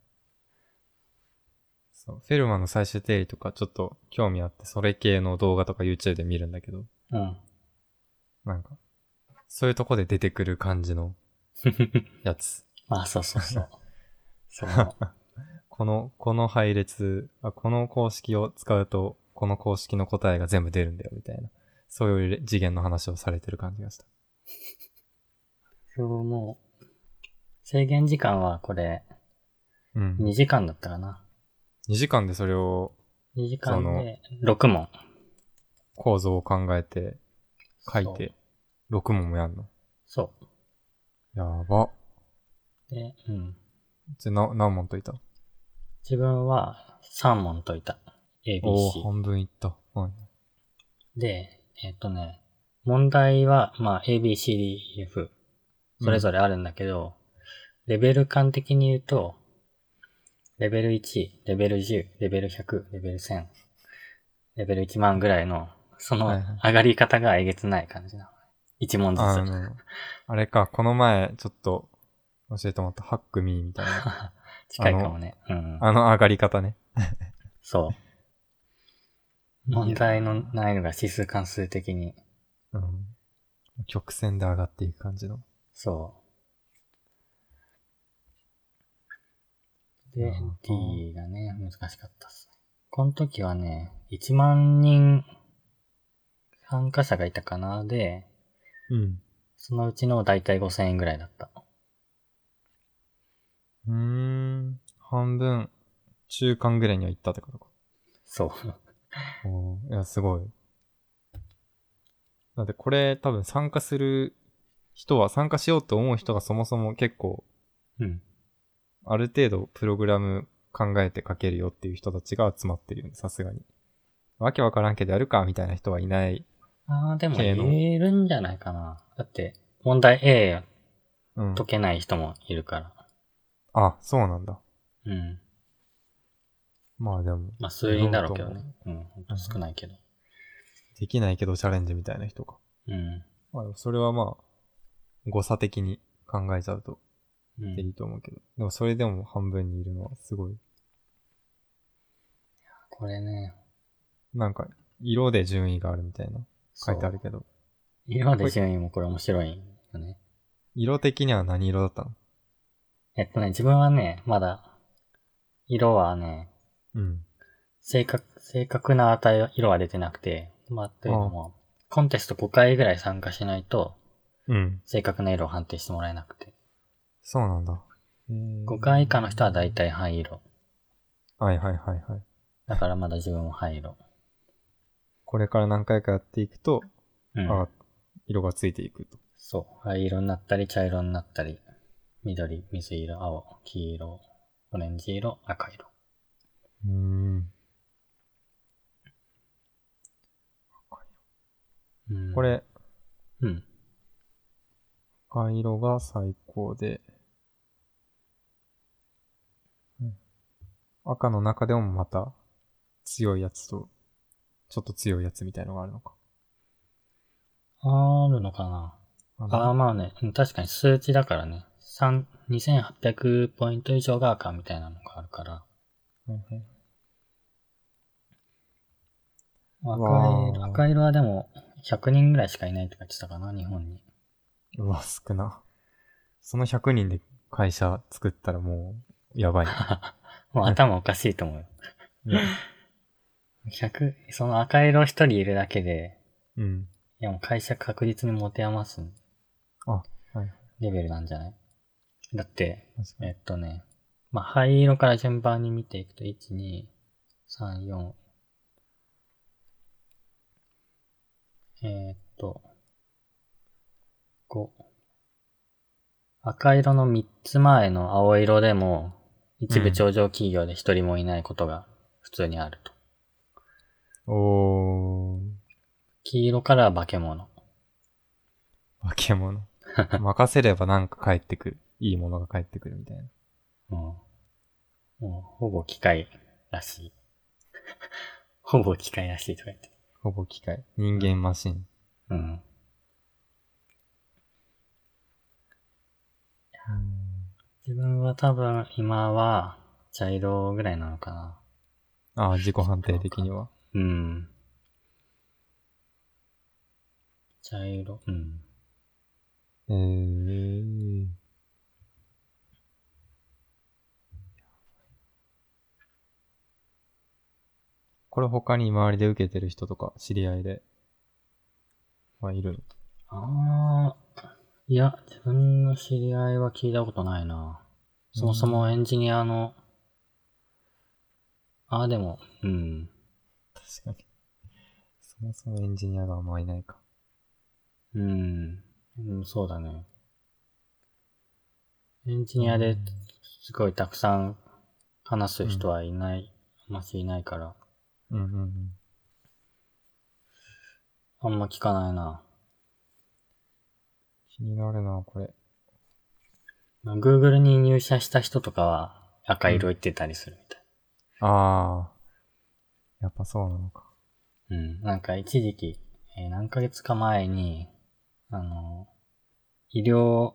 そう、フェルマの最終定理とかちょっと興味あって、それ系の動画とか YouTube で見るんだけど、 うん。 なんか、そういうとこで出てくる感じのやつ。 まあ、そうそうそう。そう。 この、この配列、あ、この公式を使うと、この公式の答えが全部出るんだよ、みたいな。そういう次元の話をされてる感じがした。 そう、もう、制限時間はこれ、 うん。 にじかんだったかな。 にじかんでそれを、 にじかんでろく問。 構造を考えて、書いて、ろく問もやんの。 そう。 やば。 で、うん。 じゃ、な、何問解いた？ 自分はさん問解いた。A、B、 おー、 C。 半分いった。はい。 で、えっとね、問題は、まあ、A、B、C、D、E、F、それぞれあるんだけど、レベル感的に言うと、レベルいち、レベルじゅう、レベルひゃく、レベルせん、レベルいちまんぐらいの、そのはいはい上がり方がえげつない感じなの。いち問ずつ。 あの、あれか、この前、ちょっと、教えてもらった、ハックミーみたいな。 近いかもね。うん。 あの上がり方ね。 そう。問題の難易度が指数関数的に。 うん。曲線で上がっていく感じの。 そう。で、D がね、難しかったっすね。この時はね、いちまん人参加者がいたかな。で、 うん。 そのうちのだいたいごせんえんぐらいだった。 うーん。半分、中間ぐらいには行ったってことか。 そう。 おー、いや、すごい。だってこれ多分参加する人は、参加しようと思う人がそもそも結構、 うん。 ある程度プログラム考えて書けるよっていう人たちが集まってるよね、さすがに。わけわからんけどやるかみたいな人はいない。 ああ、でも系の言えるんじゃないかな。だって、問題 A うん。 解けない人もいるから。 あ、そうなんだ。 うん。 まあでも。 まあ、数人だろうけどね。 やろうと思うん、ほんと少ないけど。 うできないけどチャレンジみたいな人か。 うん。 まあでもそれはまあ、誤差的に考えちゃうと、 うん。 でいいと思うけど。でもそれでも半分にいるのはすごい。 これね、 なんか、色で順位があるみたいな書いてあるけど。 色で順位もこれ面白いよね。 色的には何色だったの？ えっとね、自分はね、まだ、色はね、 うん。 正確、正確な値、色は出てなくて、まあ、というのも、コンテストごかいぐらい参加しないと、 うん。 正確な色を判定してもらえなくて。 そうなんだ。 ごかい以下の人はだいたい灰色。 はいはいはいはい。 だからまだ自分も灰色。 これから何回かやっていくと、 うん。 あ色がついていくと。 そう。灰色になったり、茶色になったり、緑、水色、青、黄色、オレンジ色、赤色。 うーん。 うんこれ、 うん。 赤色が最高で、赤の中でもまた強いやつと、ちょっと強いやつみたいのがあるのか。 あるのかな。 あああ、まあね、うん確かに数値だからね。三にせんはっぴゃくポイント以上が赤みたいなのがあるから。 はいはい赤いわー赤色はでもひゃくにんぐらいしかいないとか言ってたかな、日本に。 うわ、少な。そのひゃくにんで会社作ったらもう、やばい。 もう頭おかしいと思うよ。 いや、 ひゃく、その赤色一人いるだけで、 うん。 いやもう会社確実に持て余すあ、はい。 レベルなんじゃない？だって、 確かに。 えっとね、まあ、灰色から順番に見ていくと、いち、に、さん、よん、えー、っと、ご。赤色のみっつまえの青色でも、一部上場企業で一人もいないことが普通にあると。 おー、 黄色からは化け物。 化け物。任せればなんか帰ってくる。いいものが帰ってくるみたいな。 うん。もう、ほぼ機械らしい。ほぼ機械らしいとか言って。 ほぼ機械。人間マシン。 うん。 自分は多分今は茶色ぐらいなのかな。 ああ、自己判定的には。 うん。茶色、うん。 えー。これ他に周りで受けてる人とか知り合いではいるの？ ああ、いや、自分の知り合いは聞いたことないな。そもそもエンジニアの、ああ、でも、うん。 確かに。そもそもエンジニアがあんまいないか。 うん。うん、そうだね。エンジニアでうんすごいたくさん話すうん人はいない、あんましいないから、 うんうんうん。 あんま聞かないな。 気になるな、これ。 まあ Google に入社した人とかは赤うん。 色言ってたりするみたい。 ああ、やっぱそうなのか。 うん。なんか一時期、えー何ヶ月か前に、あの、医療、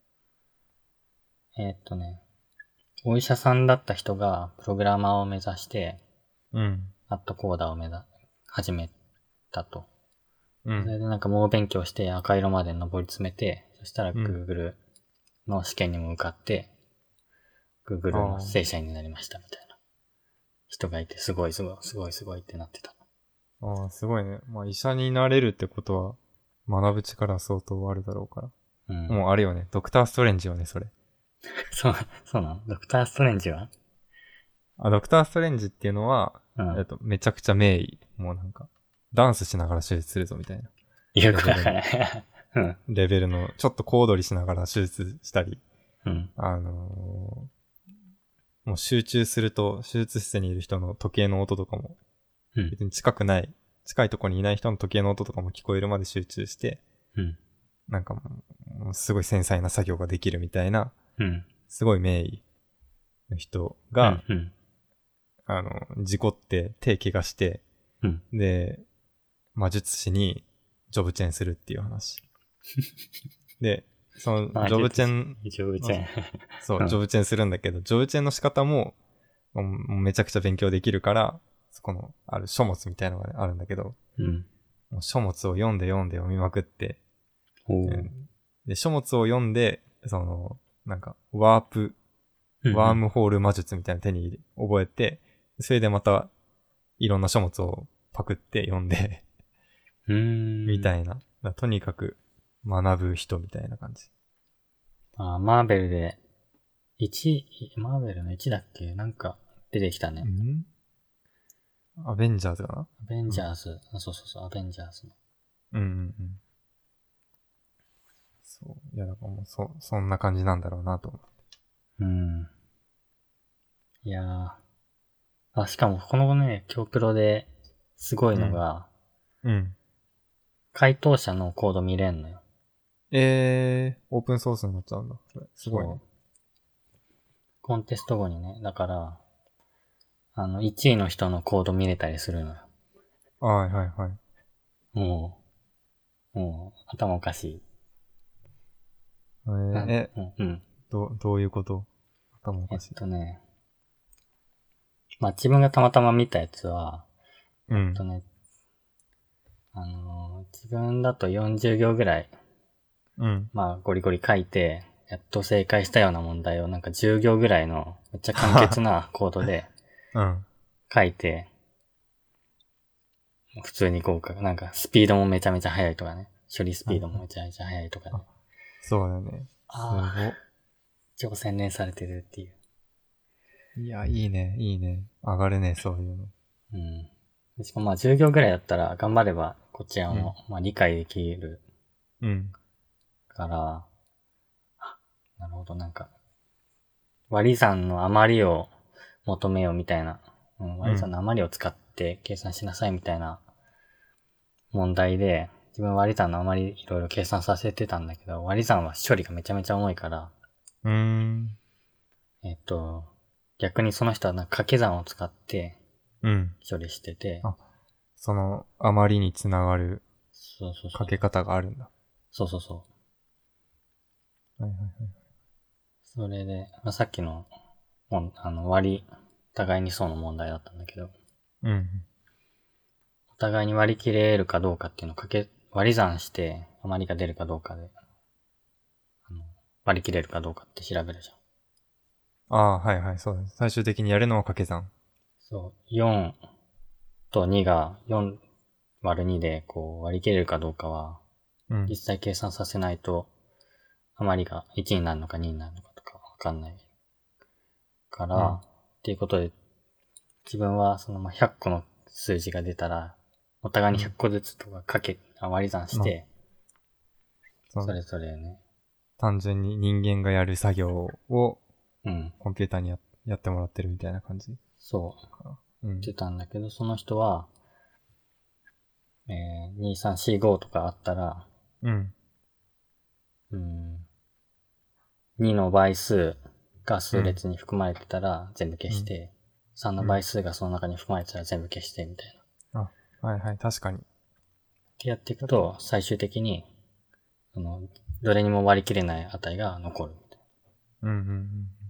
えーっとね、お医者さんだった人がプログラマーを目指して、 うん。 アットコーダーを目指、始めたと。 うん。 それでなんか猛勉強して赤色まで上り詰めて、そしたらうん。 Google の試験にも受かって、 あ Google の正あ。 社員になりましたみたいな人がいて、すごいすごい、すごいすごいってなってた。 ああ、すごいね。まあ医者になれるってことは、学ぶ力は相当あるだろうから。 うん。 もうあれよね。ドクターストレンジよね、それ。 そう、そうなのドクターストレンジはあ、ドクターストレンジっていうのは、 うん。 えっと、めちゃくちゃ名医。もうなんか、ダンスしながら手術するぞみたいな。 よくわレベルの、 からない。うん。 レベルの、ちょっと小躍りしながら手術したり、 うん。 あのーもう集中すると、手術室にいる人の時計の音とかも、 うん。 別に近くない、近いところにいない人の時計の音とかも聞こえるまで集中して、 うん。 なんかもう、もうすごい繊細な作業ができるみたいな、 うん。 すごい名医の人うが、 ん。うん。 あの、事故って手怪我して、 うん。 で、魔術師にジョブチェンするっていう話。で、その、 まあ、 ジョブチェン、 ジョブチェン。 そうう、 んジョブチェンするんだけど、ジョブチェンの仕方も、もうめちゃくちゃ勉強できるから、そこの、ある書物みたいなのがあるんだけど、 うん。 もう書物を読んで読んで読みまくって、 おー。 うんで、書物を読んで、その、なんか、ワープ、 うん。 ワームホール魔術みたいなの手に覚えて、それでまた、いろんな書物をパクって読んで、 うーん。 みたいな。だからとにかく、学ぶ人みたいな感じ。 あ、マーベルで、いち、マーベルのいちだっけなんか出てきたね。 んアベンジャーズかな。 アベンジャーズ、あ、そうそうそう、アベンジャーズの。 うんうんうん。そう。いや、だからもう、そ、そんな感じなんだろうなと思うん。いやー。あ、しかもこのね、京プロですごいのが、 う。うん。 回答者のコード見れんのよ。 えー、オープンソースになっちゃうんだ。それすごいね。 そう。コンテスト後にね、だから、あの、いちいの人のコード見れたりするのよ。 はいはいはい。 もう、もう、頭おかしい。 えー、え、 うん、うん。 ど、どういうこと？頭おえっかしい。 とね、まあ、自分がたまたま見たやつは、 うんえっと。ね、あのー自分だとよんじゅう行ぐらい、 うん。 まあ、ゴリゴリ書いて、やっと正解したような問題をなんかじゅう行ぐらいの、めっちゃ簡潔なコードでうん。 書いて、普通に合格。なんか、スピードもめちゃめちゃ速いとかね。処理スピードもめちゃめちゃ速いとかね。 あそうだね。すああ、 ご。 超洗練されてるっていう。 いや、いいね、いいね。上がるね、そういうの。 うん。しかもまあじゅう行ぐらいだったら頑張ればこちらも、 うんまあ理解できるうん。 から、あ、なるほど、なんか、割り算の余りを求めようみたいな、うん、割り算の余りを使って計算しなさいみたいな問題で、自分割り算の余りいろいろ計算させてたんだけど、割り算は処理がめちゃめちゃ重いから、 うーん。 えっと、逆にその人はなんか掛け算を使ってうん。 処理してて、 あ、その、あまりにつながるそうそうそう。 かけ方があるんだ。 そうそうそう。 はいはいはい。 それで、まあ、さっきの、もんあの、割り、互いにそうの問題だったんだけど、 うん。 お互いに割り切れるかどうかっていうのをかけ、割り算して、余りが出るかどうかで、あの割り切れるかどうかって調べるじゃん。 ああ、はいはい、そうです。最終的にやるのは掛け算。 そう、よんとにがよん割るにでこう割り切れるかどうかは、 うん。 実際計算させないと、余りがいちになるのかにになるのかとかわかんないから、 うんっていうことで、自分はそのまあひゃっこの数字が出たら、お互いにひゃっこずつとかかけ、あ割り算して、 そそれぞれね、 単純に人間がやる作業をうん、 コンピューターに や, やってもらってるみたいな感じそうかな。うん言ってたんだけど、その人は、えー、に、さん、よん、ごとかあったら、 うんうん、にの倍数が数列に含まれてたら全部消して、 うん、 さんの倍数がその中に含まれてたら全部消してみたいな。 あ、はいはい、確かに。 ってやっていくと、最終的に、その、どれにも割り切れない値が残るみたいうんうん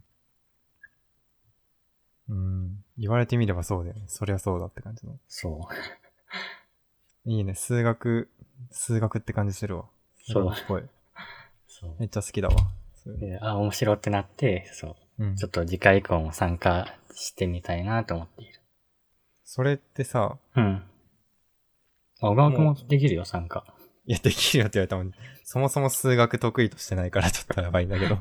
うん。うん。言われてみればそうだよね。そりゃそうだって感じの。 な。そいいね。数学、数学って感じするわ。 う。そう。 数学っぽい。 そう。 めっちゃ好きだわ。 で、あ、面白ってなって、そう。 うん。 ちょっと次回以降も参加してみたいなと思っている。 それってさ、 うん。あ、小川くんもできるよ、参加。 いや、できるよって言われたもん。そもそも数学得意としてないからちょっとやばいんだけど。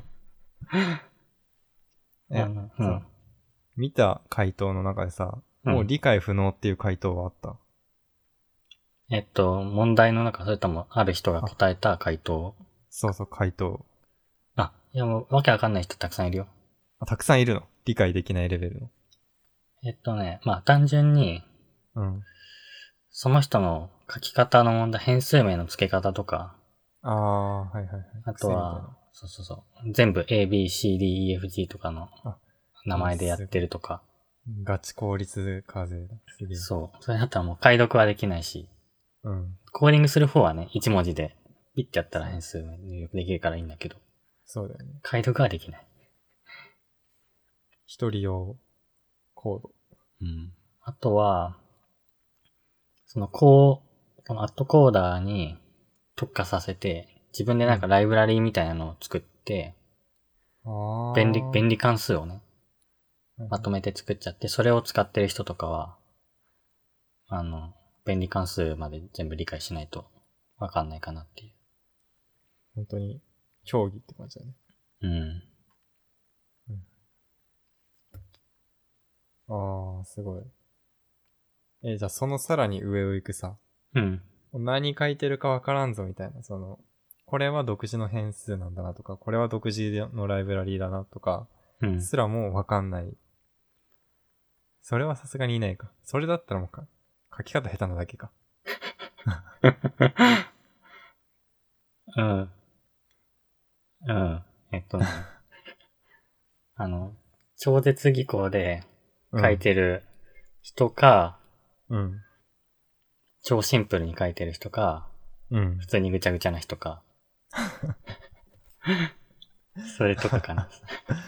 え、 あのうそん。 見た回答の中でさ、 うんもう理解不能っていう回答はあった？ えっと、問題の中、それともある人が答えた回答。 そうそう、回答。 あ、いやもう、わけわかんない人たくさんいるよ。 あ、たくさんいるの？理解できないレベルの。 えっとね、まあ単純に、 うん。 その人の書き方の問題、変数名の付け方とか、 ああ、はいはいはい。 あと癖みたいは、そうそうそう、全部 A, B, C, D, E, F, G とかのあ名前でやってるとか。 な。ガチ効率課税だ。すげえ。 そう。それだったらもう解読はできないし、 うん。 コーディングする方はね、一文字でピッてやったら変数名入力できるからいいんだけど、 そうだよね。 解読はできない。 一人用コード。 うん。あとは、そのコー、このアットコーダーに特化させて、自分でなんかライブラリーみたいなのを作って、 ああ。 便利、便利関数をね、 はいまとめて作っちゃって、それを使ってる人とかは、あの、便利関数まで全部理解しないとわかんないかなってい本当に、競技って感じだね。 う。うん。 ああ、すごい。え、じゃあそのさらに上を行くさ、 うん。 何書いてるかわからんぞみたいな、その、これは独自の変数なんだなとか、これは独自のライブラリーだなとか、 うん。 すらもわかんない。それはさすがにいないか。それだったらもうか、書き方下手なだけか。 うん。うん。えっとね、あの、超絶技巧で書いてる人か、 うん。 超シンプルに書いてる人か、 うん。 普通にぐちゃぐちゃな人か。それとかかな。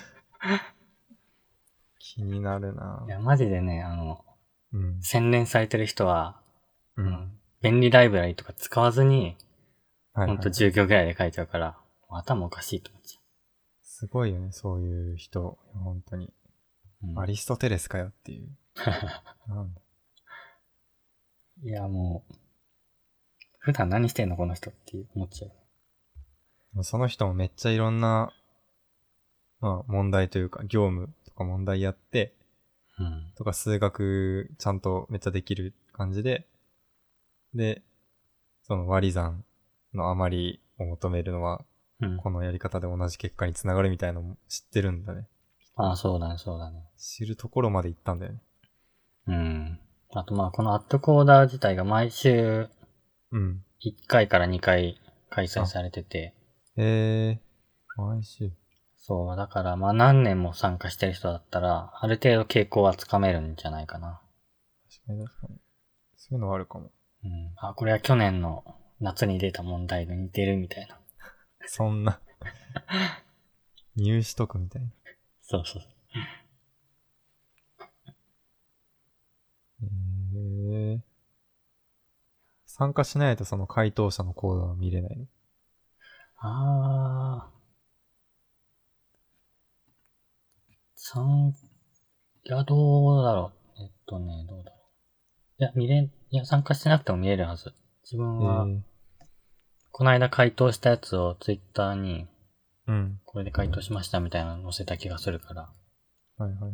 気になるないや、マジでね、あの、 うん。 洗練されてる人は、 う。 うんん、便利ライブラリとか使わずに、 はい、はい。 ほんとじゅうぎょうぐらいで書いちゃうから、頭おかしいと思っちゃすごいよね、そういう人。本当に。 う。うん、 アリストテレスかよっていう。なんだ。 いや、もう、普段何してんのこの人って思っちゃう。 その人もめっちゃいろんな、まあ問題というか、業務とか問題やって、 うん。 とか数学ちゃんとめっちゃできる感じで、で、その割り算の余りを求めるのは、 うん。 このやり方で同じ結果につながるみたいなのも知ってるんだね。 ああ、そうだね、そうだね。 知るところまで行ったんだよね。 うん。あとまあ、このアットコーダー自体が毎週うん。 いっかいからにかい開催されてて、 へえー、毎週。 そう、だからまあ何年も参加してる人だったら、ある程度傾向はつかめるんじゃないかな。 確かに確かに。そういうのはあるかも。 うん。あ、これは去年の夏に出た問題が似てるみたいな。 そんな。 入試とくみたいな。 そうそう。 へえ。参加しないとその回答者のコードは見れないの？ あー。参、いや、どうだろう。えっとね、どうだろう。いや、見れん、いや、参加してなくても見れるはず。自分は、 へえ。 この間回答したやつをツイッターに、 うん。 これで回答しましたみたいなの載せた気がするから。 はいはいはい。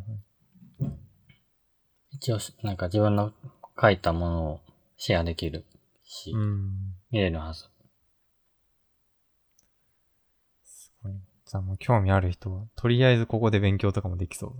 一応、なんか自分の書いたものをシェアできるし、 うん。 見れるはず。 すごい。じゃあもう興味ある人は、とりあえずここで勉強とかもできそう。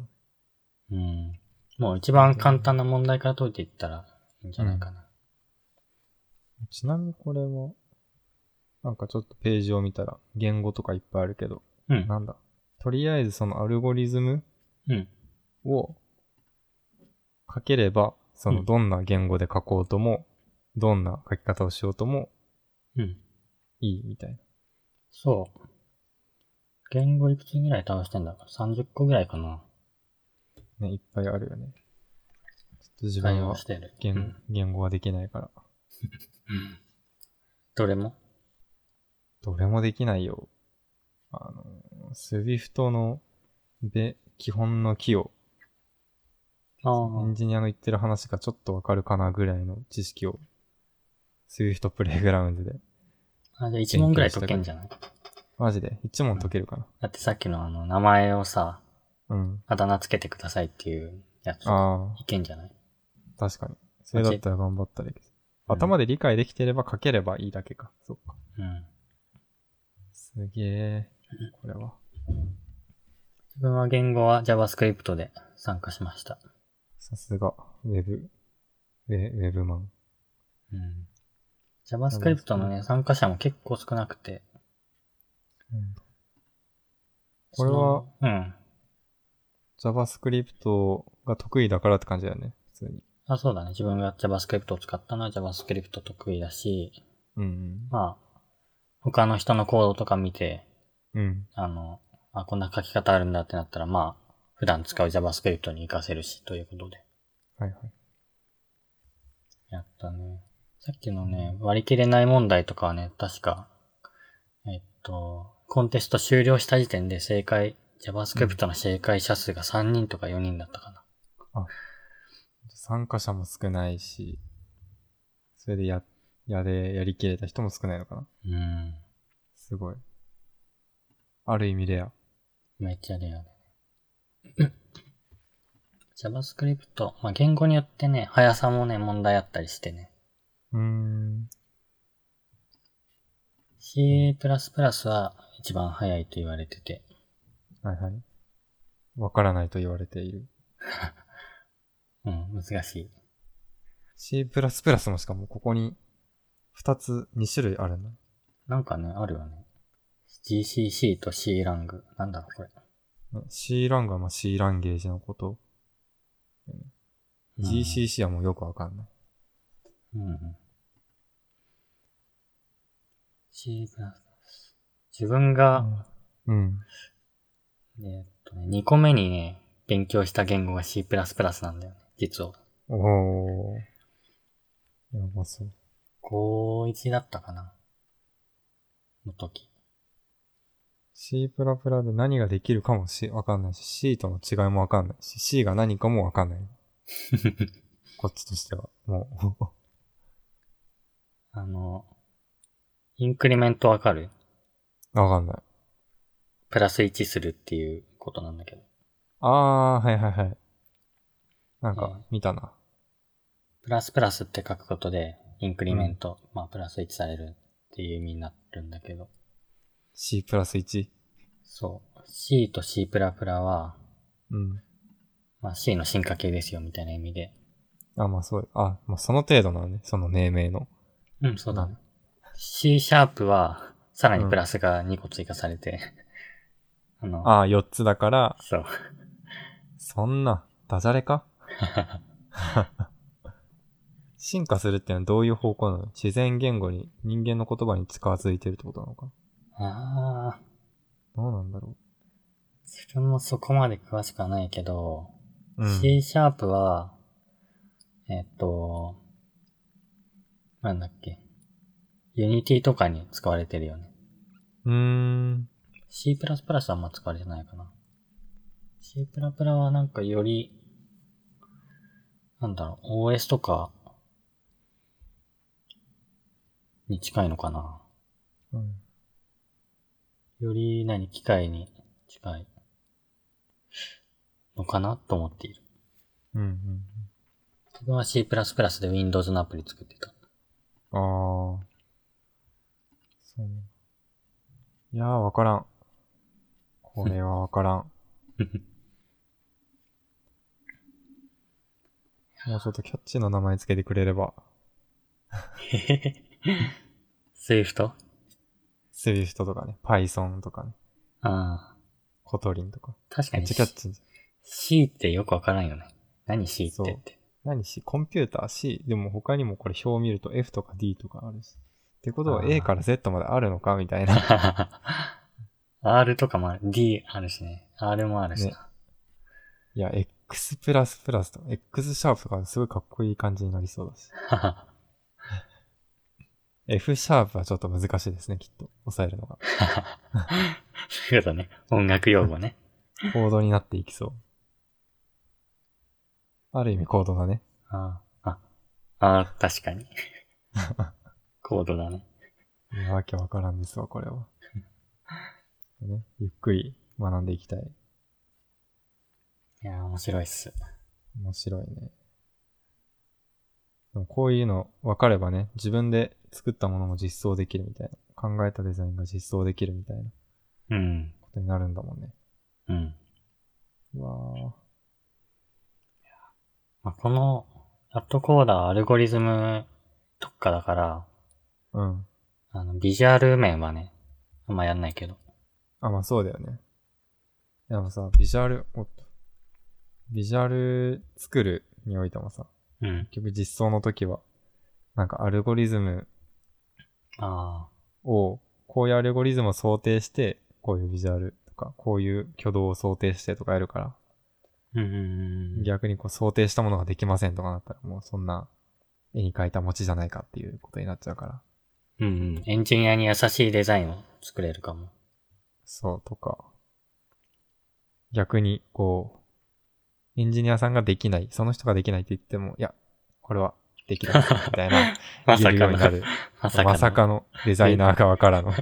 うん。もう一番簡単な問題から解いていったらいいんじゃないかな。 うん、ちなみにこれは、なんかちょっとページを見たら言語とかいっぱいあるけど、 うん。 なんだ。とりあえずそのアルゴリズムうん。 を書ければ、そのどんな言語で書こうとも、どんな書き方をしようともうん。 いいみたいな。 そう。言語いくつぐらい倒してんだ ?さんじゅっ 個ぐらいかな。 ね、いっぱいあるよね。ちょっと自対分は応してる。 言,、 うん言語はできないから。 どれもどれもできないよ。あの、Swift のべ基本のキーを、エンジニアの言ってる話がちょっとわかるかなぐらいの知識を、Swift プレイグラウンドで。 あ、じゃあいち問ぐらい解けんじゃない？ マジでいち問解けるかな、うん、 だってさっきのあの、名前をさ、 うん。 あだ名つけてくださいっていうやつ。 ああ。 いけんじゃない？ 確かに。それだったら頑張ったらいいけど。 うん、 頭で理解できてれば書ければいいだけか。そっか。 うん。 すげえ。これは。 自分は言語は JavaScript で参加しました。 さすが、ウェブ、ウェ、ウェブマン。 うん。JavaScript のね、参加者も結構少なくて。 うん、これは、 うん。 JavaScript が得意だからって感じだよね。普通に。 あ、そうだね。自分が JavaScript を使ったのは JavaScript 得意だし、 うん、うん。 まあ、他の人のコードとか見て、 うん。 あの、あ、こんな書き方あるんだってなったら、まあ、普段使う JavaScript に活かせるし、ということで。 はいはい。 やったね。さっきのね、割り切れない問題とかはね、確か、えっと、コンテスト終了した時点で正解、JavaScript の正解者数がさんにんとかよにんだったかな。 うん、あ、参加者も少ないし、それでや、やれ、やりきれた人も少ないのかな。 うん。 すごい。ある意味レア。 めっちゃレアだね。JavaScript、まあ、言語によってね、速さもね、問題あったりしてね。 うーん。 C++ は一番速いと言われてて。 はいはい。わからないと言われている。 うん、難しい。 C++ もしかもここに二つ、二種類あるんだ。 なんかね、あるよね。ジーシーシー と C ラング。なんだろう、これ。 C ラングはまあ C ランゲージのこと。うん、ジーシーシー はもうよくわかんない。 うんうん。C++。自分が、 うん。 うん、えー、っとね、にこめにね、勉強した言語が C++ なんだよね、実は。 おー。やばそう。 高いちだったかなの時。 C++ で何ができるかもし、わかんないし、C との違いもわかんないし、C が何かもわかんない。こっちとしては、もう。 あの、インクリメントわかる？ わかんない。 プラスいちするっていうことなんだけど。 あー、はいはいはい。なんか、見たな。 プラスプラスって書くことで、インクリメント、うん、まあ、プラスいちされるっていう意味になるんだけど。 C プラスいち？ そう。C と C プラプラは、 うん。 まあ C の進化系ですよみたいな意味で。 あ、まあそう。あ、まあその程度なのね。その命名の。 うん、そうだね。C シャープは、さらにプラスがにこ追加されて。 うん、あの。あ、よっつだから。 そう。 そんな、ダジャレか進化するってのはどういう方向なの？自然言語に、人間の言葉に近づいてるってことなのかな？ ああ。 どうなんだろう。 自分もそこまで詳しくはないけど、 うん。 C シャープは、えっと、なんだっけ。Unity とかに使われてるよね。 うーん。 C++ はあんま使われてないかな。C++ はなんかより、なんだろう、オーエス とかに近いのかな。 うん。 より何、機械に近いのかなと思っている。 うんうん。 自分は C++ で Windows のアプリ作ってた。 ああ。そう。いやー、わからん。これはわからん。もうちょっとキャッチーな名前つけてくれれば。 Swift? Swift とかね、Python とかね、 ああ。 コトリンとか。 確かにめっちゃキャッチー。 C ってよくわからんよね。何 C ってって。 何 C？ コンピューター C？ でも他にもこれ表を見ると F とか D とかあるし。ってことはあー A から Z まであるのかみたいな。 R とかもある。D あるしね。R もあるしね。 な。 いや、X++ とか X シャープとかすごいかっこいい感じになりそうだし。F シャープはちょっと難しいですね、きっと。抑えるのが。 そういうことね。音楽用語ね。 コードになっていきそう。ある意味コードだね。 ああ、ああ、確かに。コードだね。 いや、わけわからんですわ、これは。ね、ゆっくり学んでいきたい。 いやー、面白いっす。 面白いね。でもこういうの分かればね、自分で作ったものも実装できるみたいな。考えたデザインが実装できるみたいなうん。 ことになるんだもんね。 うん。 うわまあ、この、アットコーダーはアルゴリズム特化だから、 ー。うん。 あの、ビジュアル面はね、あんまやんないけど。 あ、まあそうだよね。でもさ、ビジュアル、おっと。ビジュアル作るにおいてもさ、 うん。 結局実装の時は、なんかアルゴリズムあを、こういうアルゴリズムを想定して、こういうビジュアルとか、こういう挙動を想定してとかやるから、 あ。うんうんうん。 逆にこう想定したものができませんとかなったら、もうそんな絵に描いた餅じゃないかっていうことになっちゃうから。 うんうん。エンジニアに優しいデザインを作れるかも。 そうとか。逆に、こう、エンジニアさんができない、その人ができないって言っても、いや、これはできるはずみたいな、 ま言えるさかの、 ようになる。 まさかの。 まさかのデザイナー側からの。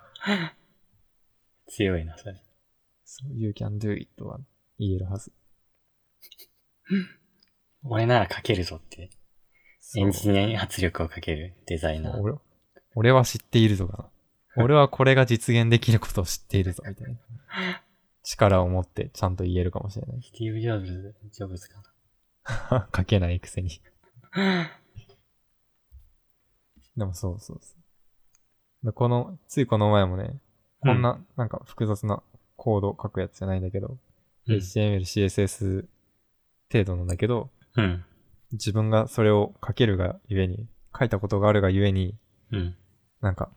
強いな、それ。 そう、you can do it は言えるはず。 俺なら書けるぞって。 そうエンジニアに圧力をかけるデザイナー。 俺俺は知っているぞかな。俺はこれが実現できることを知っているぞ、みたいな。力を持ってちゃんと言えるかもしれない。 スティーブ・ジョブズ、ジョブズか書けないくせに。でもそうそうそう。でこの、ついこの前もね、こんな、なんか複雑なコード書くやつじゃないんだけど、 うんエイチティーエムエル、シーエスエス 程度なんだけど、 な。うん。 自分がそれを書けるがゆえに、書いたことがあるがゆえに、 うん。 なんか、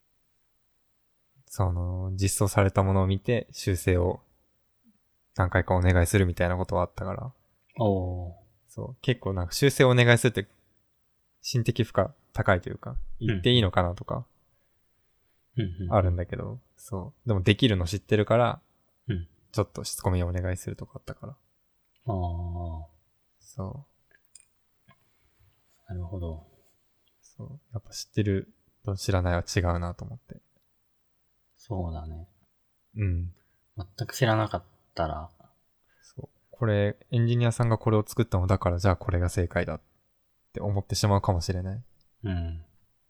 その、実装されたものを見て修正を何回かお願いするみたいなことはあったから、 おー。 そう、結構なんか修正をお願いするって、心的負荷高いというか、言っていいのかなとか、 うんうん。 あるんだけど、そう。でもできるの知ってるから、 うん。 ちょっとしつこみをお願いするとかあったから。 あー。 そう。 なるほど。 そう。やっぱ知ってると知らないは違うなと思って。 そうだね。 うん。 全く知らなかったら、 そう。これ、エンジニアさんがこれを作ったのだから、じゃあこれが正解だって思ってしまうかもしれない。 うん。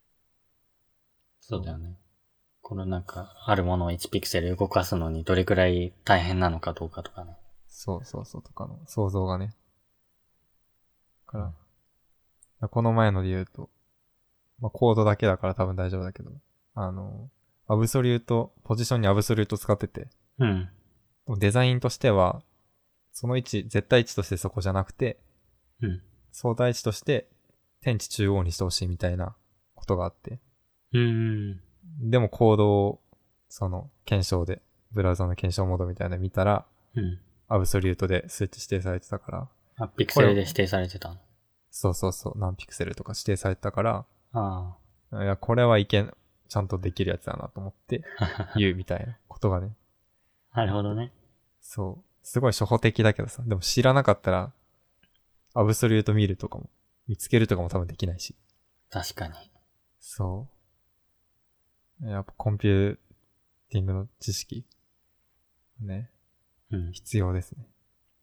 そうだよね。このなんか、あるものをいちピクセル動かすのにどれくらい大変なのかどうかとかね。 そうそうそうとかの想像がね。から、うん、この前ので言うと、まあ、コードだけだから多分大丈夫だけど、あの、アブソリュート、ポジションにアブソリュート使ってて、 うん。 デザインとしては、その位置、絶対位置としてそこじゃなくて、 うん。 相対位置として天地中央にしてほしいみたいなことがあって。 うーん。 でもコードを、その、検証でブラウザの検証モードみたいなの見たら、 うん。 アブソリュートで数値指定されてたから、 あ、ピクセルで指定されてたの。 そうそうそう、何ピクセルとか指定されてたから、 あいや、これはいけん、ちゃんとできるやつだなと思ってあ。 言うみたいなことがね。 なるほどね。 そう。すごい初歩的だけどさ、でも知らなかったら、アブソリュート見るとかも、見つけるとかも多分できないし。 確かに。 そう。やっぱコンピューティングの知識、ね、 うん。 必要ですね。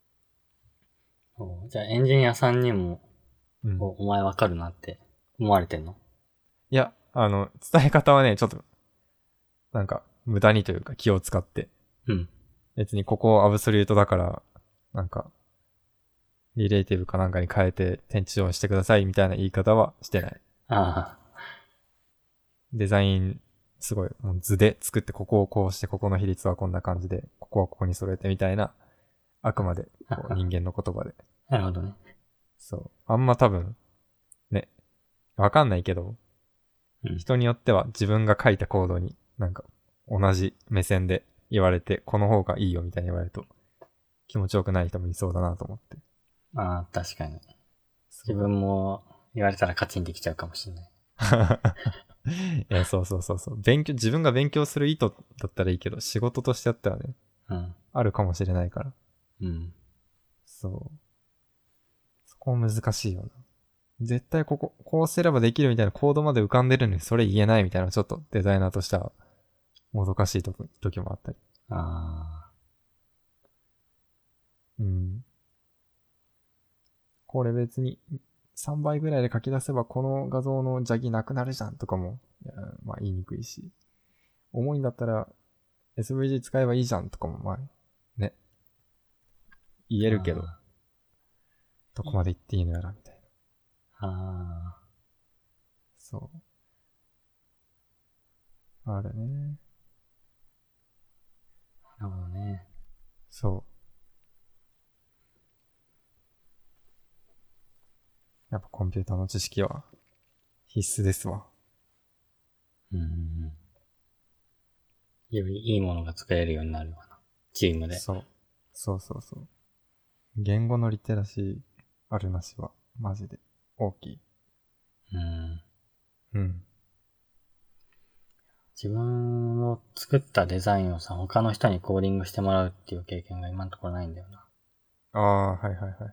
おじゃあエンジニアさんにも、 うん。 おお前わかるなって思われてんの？ いや、あの、伝え方はね、ちょっと、なんか、無駄にというか気を使って、 うん。 別にここアブソリュートだから、なんか、リレーティブかなんかに変えて天地上してくださいみたいな言い方はしてない。 あデザイン、すごい、もう図で作って、ここをこうして、ここの比率はこんな感じで、ここはここに揃えてみたいな、あくまで、こう人間の言葉で。 あ。なるほどね。 そう。あんま多分、ね、わかんないけど、 うん。 人によっては自分が書いたコードになんか同じ目線で言われて、この方がいいよみたいに言われると気持ちよくない人もいそうだなと思って。 ああ、確かに。 そう自分も言われたらカチンできちゃうかもしれない。 いや、そうそうそうそう。勉強、自分が勉強する意図だったらいいけど、仕事としてやったらね、 うん。 あるかもしれないから。 うん。 そう。そこ難しいよな。絶対ここ、こうすればできるみたいなコードまで浮かんでるのにそれ言えないみたいなちょっとデザイナーとしてはもどかしいと時もあったり。 あうん。これ別にさんばいぐらいで書き出せばこの画像の邪気なくなるじゃんとかも、いやまあ言いにくいし。重いんだったら エスブイジー 使えばいいじゃんとかもまあ、ね。言あ。 えるけど、 あどこまで言っていいのやらみたいな。 あ。 そう。あるね。 なるほどね。 そう。やっぱコンピューターの知識は必須ですわ。 うんうんうん。よりいいものが作れるようになるような。チームで。 そう。そうそうそう。言語のリテラシーあるなしはマジで大きい。 うん。 うん。 自分の作ったデザインをさ、他の人にコーディングしてもらうっていう経験が今のところないんだよな。 ああ、はいはいはいはい。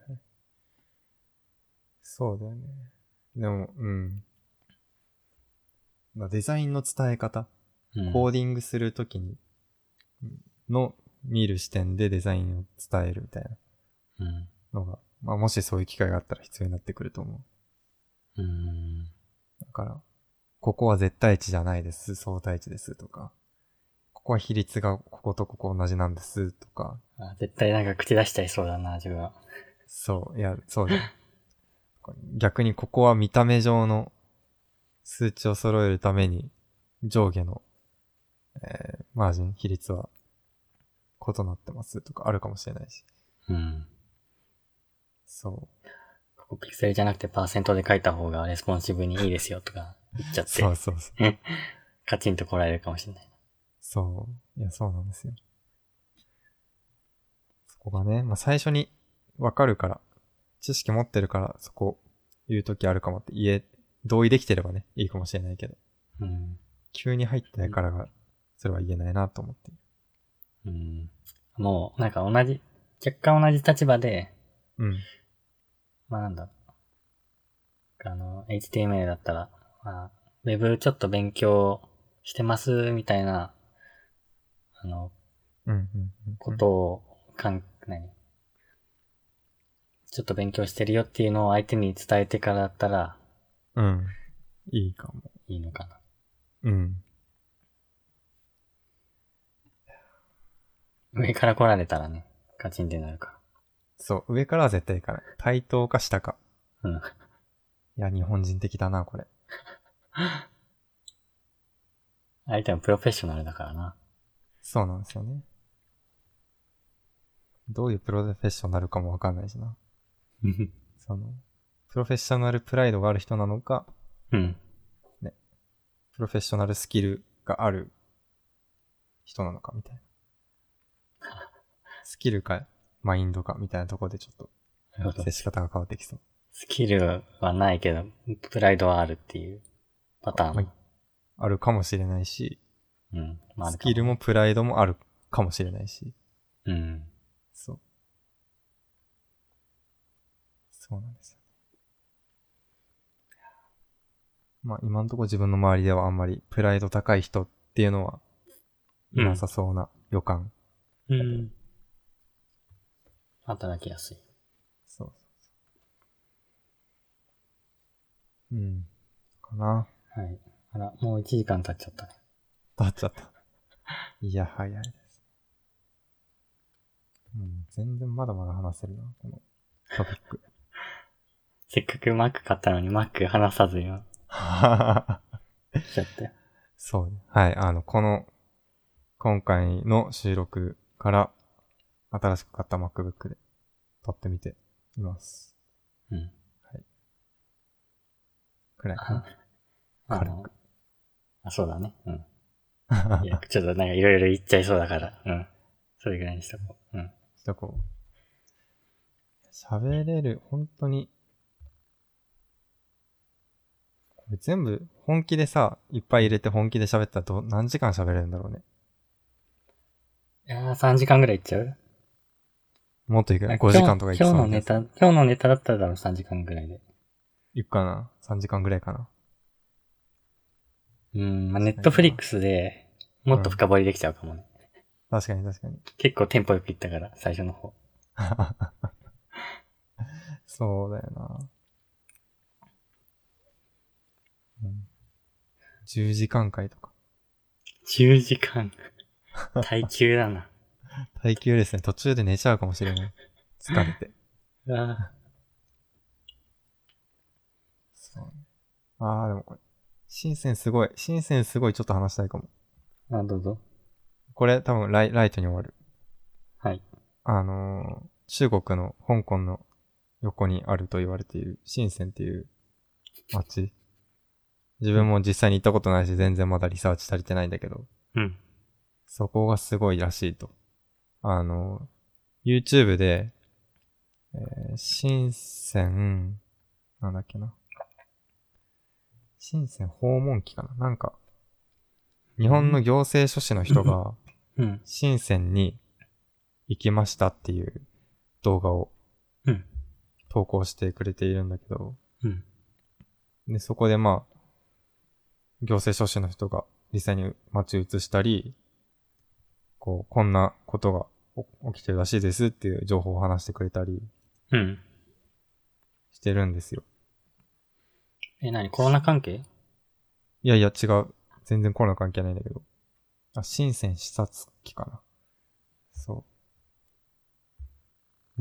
そうだよね。でも、うん。まあ、デザインの伝え方、 うん。 コーディングするときに、の見る視点でデザインを伝えるみたいうん。 なのが、まあもしそういう機会があったら必要になってくると思う。 うん。 だから、ここは絶対値じゃないです、相対値ですとか、ここは比率がこことここ同じなんですとか、 あ、絶対なんか口出しちゃいそうだな、自分は。 そう、いや、そうだよ。逆にここは見た目上の数値を揃えるために上下の、えー、マージン、比率は異なってますとかあるかもしれないし。 うん。 そう。 ここピクセルじゃなくてパーセントで書いた方がレスポンシブにいいですよとか言っちゃって。 そうそうそう。 カチンと来られるかもしれない。 そう。いや、そうなんですよ。そこがね、まあ最初にわかるから、知識持ってるからそこ言うときあるかもって言え、同意できてればね、いいかもしれないけど。 うん。 急に入ってないからが、それは言えないなと思って。 うん。もう、なんか同じ、若干同じ立場で、 うん。 まあなんだ、あの、エイチティーエムエル だったら、まあ、ウェブちょっと勉強してますみたいな、あの、 うん、うん、うん。 ことを、かん、何ちょっと勉強してるよっていうのを相手に伝えてからだったら、 うん。いいかも。 いいのかな。 うん。 上から来られたらね、カチンってなるかそう、上からは絶対いかない。対等か下か。 ら。うん。 いや、日本人的だな、これ。 相手もプロフェッショナルだからな。 そうなんですよね。どういうプロフェッショナルかもわかんないしな。その、プロフェッショナルプライドがある人なのか、 うん。 ね、プロフェッショナルスキルがある人なのかみたいな。 スキルかマインドかみたいなところでちょっとなるほど接し方が変わってきそう。 スキルはないけど、プライドはあるっていうパターン。 まあ、あるかもしれないし、 うん。まあ、あるスかもキルもプライドもあるかもしれないし。 うん。 そう。そうなんですよね。まあ今のところ自分の周りではあんまりプライド高い人っていうのはいなさそうな予感。 うん。うん、働きやすい。 そうそうそう。うん。かな。 はい。あら、もういちじかん経っちゃったね。 経っちゃった。いや、早いです。うん、全然まだまだ話せるな、このトピック。 せっかく Mac 買ったのに Mac 話さず今。しちゃったよ。 そうね。はい。あの、この、今回の収録から新しく買った MacBook で撮ってみています。 うん。 はい。くらいかな。 あの、あ、そうだね。うん。いや、ちょっとなんかいろいろ言っちゃいそうだから。うん。それぐらいにしとこう。うん。 しとこう。喋れる、本当に。これ全部本気でさ、いっぱい入れて本気で喋ったらど何時間喋れるんだろうね。 いやー、さんじかんぐらいいっちゃう？ もっといくよ。ごじかんとかいきそう今日のネタ、今日のネタだったら多分さんじかんぐらいで。 いくかな ?さん 時間ぐらいかな。 うん、まあ、ネットフリックスでもっと深掘りできちゃうかもね。 うん、確かに確かに。 結構テンポよくいったから、最初の方。 そうだよな。うん、じゅうじかん回とか。 じゅうじかん。耐久だな。 耐久ですね。途中で寝ちゃうかもしれない。疲れて。 あそうね。ああ、でもこれ。深センすごい。深センすごいちょっと話したいかも。 あ、どうぞ。 これ多分ライライトに終わる。 はい。 あのー、中国の香港の横にあると言われている深センっていう街。自分も実際に行ったことないし、全然まだリサーチ足りてないんだけど。 うん。 そこがすごいらしいと。あの、YouTube で、えー、深セン、なんだっけな。深セン訪問記かななんか、日本の行政書士の人が、 うん。 深センに行きましたっていう動画をうん。 投稿してくれているんだけど、 うん。 で、そこでまあ、行政書士の人が実際に街を移したり、こう、こんなことが起きてるらしいですっていう情報を話してくれたり、 うん。 してるんですよ。 え、なにコロナ関係？ いやいや違う。全然コロナ関係ないんだけど。あ、深セン視察機かな。そう。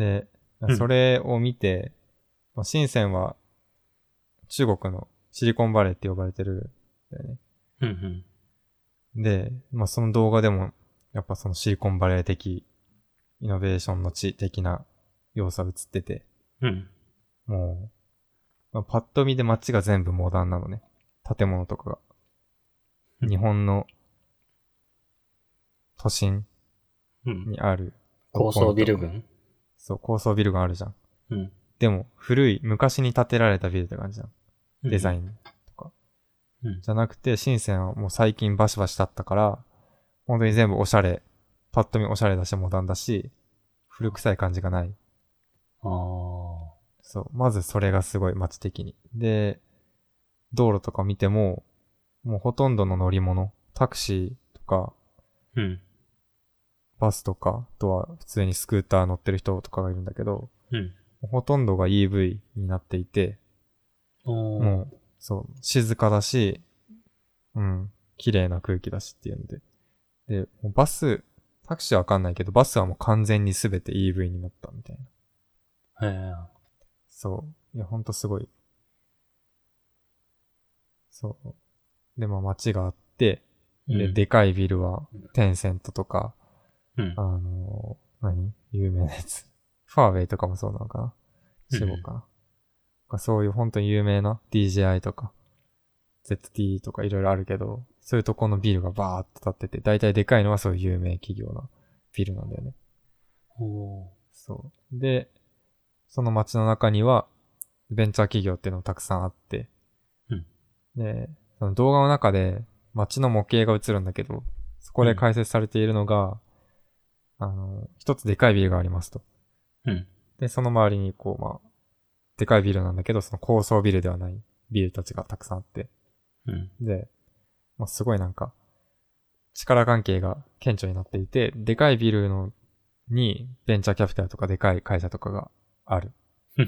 で、それを見て、うん、深センは中国のシリコンバレーって呼ばれてるんだよね。 うんうん。で、まあその動画でも、やっぱそのシリコンバレー的、イノベーションの地的な要素が映ってて、 うん。 もう、まあ、パッと見で街が全部モダンなのね。建物とかが。日本の都心にある、うん、 高層ビル群？ そう、高層ビルがあるじゃん。 うん。 でも、古い、昔に建てられたビルって感じじゃん。デザインとか。うん、じゃなくて、深センはもう最近バシバシ建ったから、本当に全部おしゃれ、パッと見おしゃれだし、モダンだし、古臭い感じがない。 ああ。 そう。まずそれがすごい街的に。で、道路とか見ても、もうほとんどの乗り物、タクシーとか、 うん。 バスとか、あとは普通にスクーター乗ってる人とかがいるんだけど、 うん。 ほとんどが イーブイ になっていて、もう、そう、静かだし、うん、綺麗な空気だしっていうので。で、もうバス、タクシーはわかんないけど、バスはもう完全に全て イーブイ になったみたいな。 へえ。 そう。いや、ほんとすごい。そう。で、まあ街があって、で、うん、でかいビルは、テンセントとか、 うん、 あのー、何有名なやつ。ファーウェイとかもそうなのかな中国かな、うん、そういう本当に有名な ディージェーアイ とか、ゼットティー とかいろいろあるけど、そういうとこのビルがバーって立ってて、だいたいでかいのはそういう有名企業のビルなんだよね。 おー。 そう。で、その街の中には、ベンチャー企業っていうのもたくさんあって、 うん。 で、その動画の中で街の模型が映るんだけど、そこで解説されているのが、うん、あの、一つでかいビルがありますと。 うん。 で、その周りにこう、まあ、でかいビルなんだけど、その高層ビルではないビルたちがたくさんあって、 うん。 で、まあ、すごいなんか、力関係が顕著になっていて、でかいビルのにベンチャーキャピタルとかでかい会社とかがある。 うん。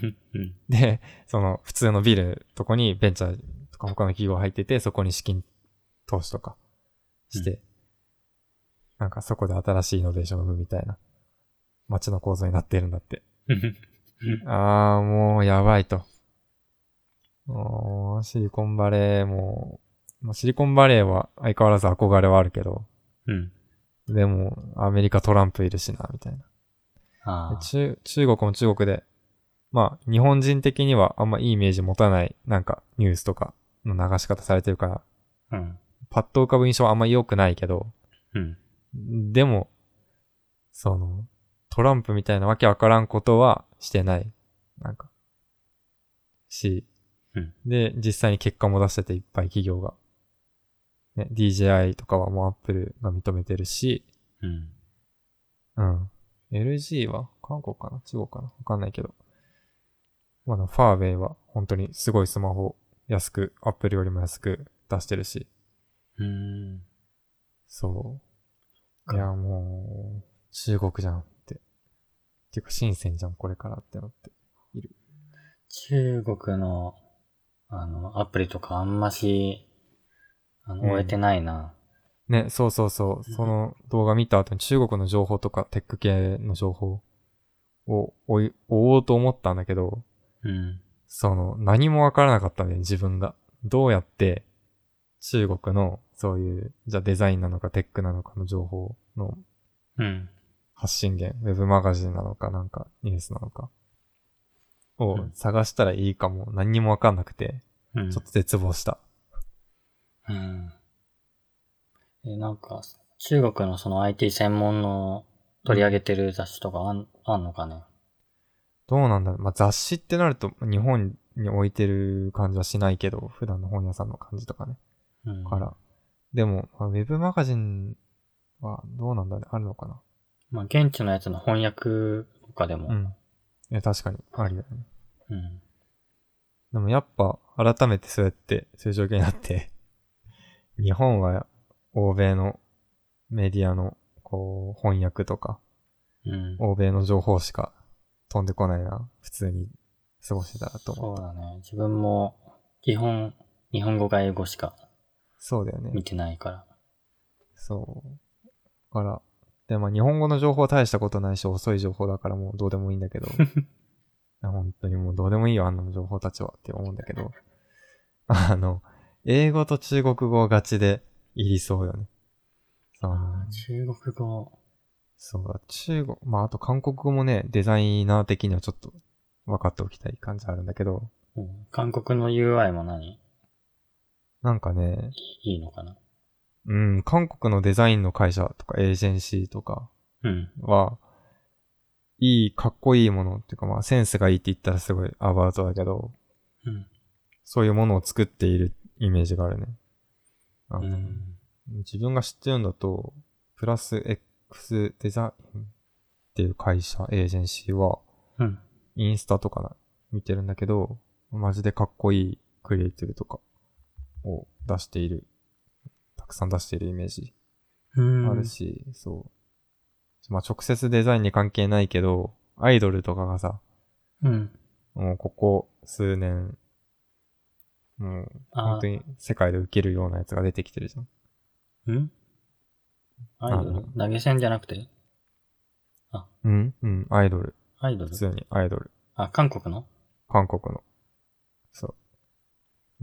で、その普通のビルとこにベンチャーとか他の企業が入ってて、そこに資金投資とかして、うん、なんかそこで新しいイノベーションを生むみたいな街の構造になっているんだって。あー、もうやばいと。もうシリコンバレーも、まあ、シリコンバレーは相変わらず憧れはあるけど、 うん。 でも、アメリカトランプいるしな、みたいな。 あ中、中国も中国で、まあ、日本人的にはあんまいいイメージ持たない、なんか、ニュースとかの流し方されてるから、 うん。 パッと浮かぶ印象はあんま良くないけど、 うん。 でも、その、トランプみたいなわけわからんことはしてない。なんか、し、 うん、 で、実際に結果も出してていっぱい企業が。ね、ディージェーアイ とかはもうアップルが認めてるし、 うん。 うん。エルジー は韓国かな中国かなわかんないけど。まだファーウェイは本当にすごいスマホ安く、アップルよりも安く出してるし。 うーん。 そう。いや、もう、中国じゃんって。ていうか、深センじゃん、これからってなっている。 中国の、あの、アプリとかあんまし、あの、終えてないな。 うん、ね、そうそうそう。その動画見た後に中国の情報とかテック系の情報を追い、追おうと思ったんだけど、 うん。 その、何もわからなかったね、自分が。どうやって中国のそういう、じゃあデザインなのかテックなのかの情報の発信源、うん、ウェブマガジンなのかなんかニュースなのかを探したらいいかも何にもわかんなくて、うん、ちょっと絶望した。 うん。え、なんか、中国のその アイティー 専門の取り上げてる雑誌とかあん、うん、あんのかね。 どうなんだろう。まあ、雑誌ってなると日本に置いてる感じはしないけど、普段の本屋さんの感じとかね。うん、から。でも、まあ、ウェブマガジンはどうなんだね。あるのかな。 まあ、現地のやつの翻訳とかでも。 うん。いや、確かに、ありだよね。 うん。 でもやっぱ、改めてそうやって、そういう状況になって、日本は欧米のメディアの、こう、翻訳とか、うん、欧米の情報しか飛んでこないな。普通に過ごしてたらと思った。 そうだね。自分も、基本、日本語か英語しか、 そうだよね。 見てないから。 そう。だから、で、まあ日本語の情報は大したことないし、遅い情報だからもうどうでもいいんだけど、本当にもうどうでもいいよ、あんな情報たちはって思うんだけど、あの、英語と中国語ガチでいりそうよね。 ああ、中国語。 そうだ、中国、まああと韓国語もね、デザイナー的にはちょっと分かっておきたい感じあるんだけど。 うん、韓国の ユーアイ も何なんかね、 いいのかなうん、韓国のデザインの会社とかエージェンシーとかは、うん、いい、かっこいいものっていうかまあセンスがいいって言ったらすごいアバウトだけど、うん、そういうものを作っているイメージがあるね。あの、うん、自分が知ってるんだと、プラス X デザインっていう会社、エージェンシーは、うん、インスタとかな見てるんだけど、マジでかっこいいクリエイティブとかを出している。たくさん出しているイメージあるし、そう。まあ、直接デザインに関係ないけど、アイドルとかがさ、うん。もうここ数年、もう、本当に世界で受けるようなやつが出てきてるじゃん。 んアイドル投げ銭じゃなくてあ。うんうん、アイドル。 アイドル普通にアイドル。 あ、韓国の韓国の。そう。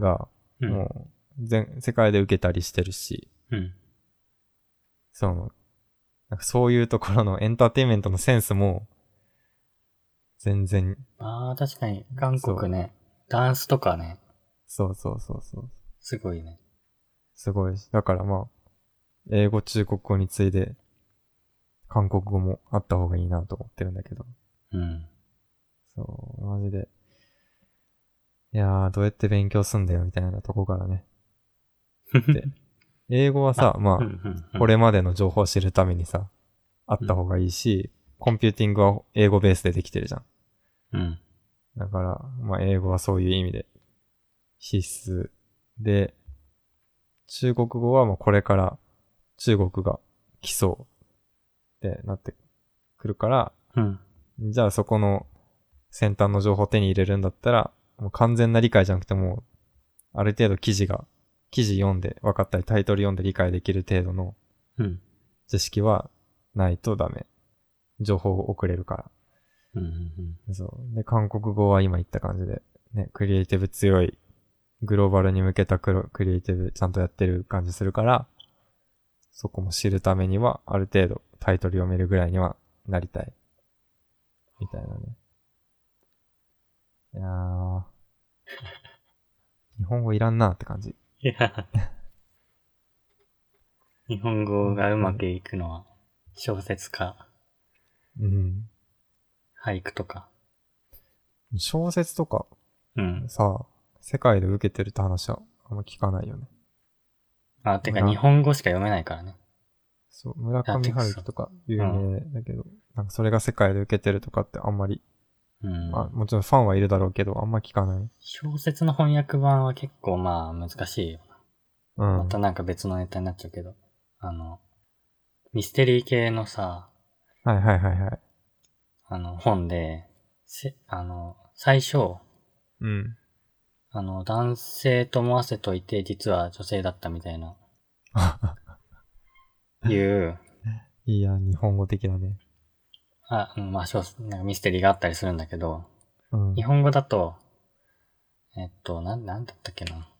が、うん、もう、全、世界で受けたりしてるし、うん。その、なんかそういうところのエンターテインメントのセンスも、全然。 ああ、確かに、韓国ね、ダンスとかね。 そうそうそうそう。 すごいね。 すごいし。だからまあ、英語、中国語に次いで、 韓国語もあった方がいいなと思ってるんだけど。 うん。 そう、マジで。いやー、どうやって勉強すんだよみたいなとこからね。で、英語はさ、まうんうんうあ、 んこれまでの情報を知るためにさ、あった方がいいし、コンピューティングは英語ベースでできてるじゃん。 うん。 だから、まあ、英語はそういう意味で必須で、中国語はもうこれから中国が基礎ってなってくるから、 うん。 じゃあそこの先端の情報を手に入れるんだったら、もう完全な理解じゃなくても、ある程度記事が、記事読んで分かったり、タイトル読んで理解できる程度のうん。 知識はないとダメ。情報を送れるかうんうんら。そう。で、韓国語は今言った感じで、ね、クリエイティブ強い、グローバルに向けたクロクリエイティブちゃんとやってる感じするから、そこも知るためには、ある程度タイトル読めるぐらいにはなりたい。みたいなね。いやー、日本語いらんなって感じ。 いや、日本語がうまくいくのは小説かうん。 俳句とか。 小説とかうん。 さ、世界で受けてるって話はあんま聞かないよね。 あ、てか村日本語しか読めないからね。 そう、村上春樹とか有名だけど、なんかそれが世界で受けてるとかってあんまり、 うん。 まあもちろんファンはいるだろうけど、あんま聞かない。 小説の翻訳版は結構まあ難しいよ。 うん。 またなんか別のネタになっちゃうけど。あの、ミステリー系のさ、 はいはいはいはい。 あの本で、せ、あの、最初、 うん。 あの、男性と思わせといて実は女性だったみたいな、いう、 いいや、日本語的だね。 あ、うんまあ小説、なんかミステリーがあったりするんだけど、 うん。 日本語だと、えっと、なん、なんだったっけな。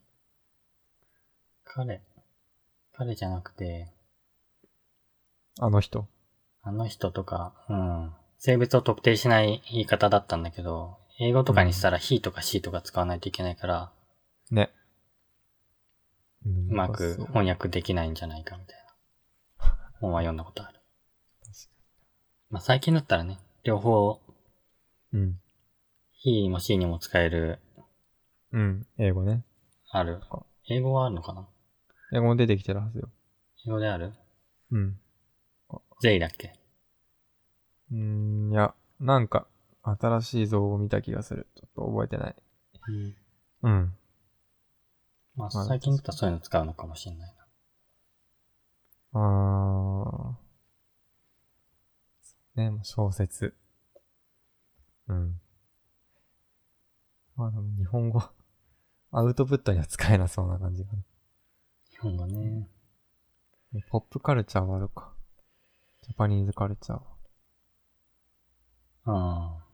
彼、彼じゃなくて、 あの人。 あの人とか、うん。性別を特定しない言い方だったんだけど、英語とかにしたら he とか she とか使わないといけないから、 ね。 うまくそう翻訳できないんじゃないかみたいな。本は読んだことある。まあ最近だったらね、両方、 うん。 he にも she にも使える、 うん。英語ね。 ある。英語はあるのかな？ 英語も出てきてるはずよ。 英語である？ うん。 they だっけ？ うーん、いや、なんか、新しい造語を見た気がする。ちょっと覚えてない。 うん。 うん。 まあ最近だったらそういうの使うのかもしれないな。 あー。ね、小説。うん。まあでも日本語、アウトプットには使えなそうな感じか日本語ね。 な。ポップカルチャーはあるか。ジャパニーズカルチャーは。 ああ。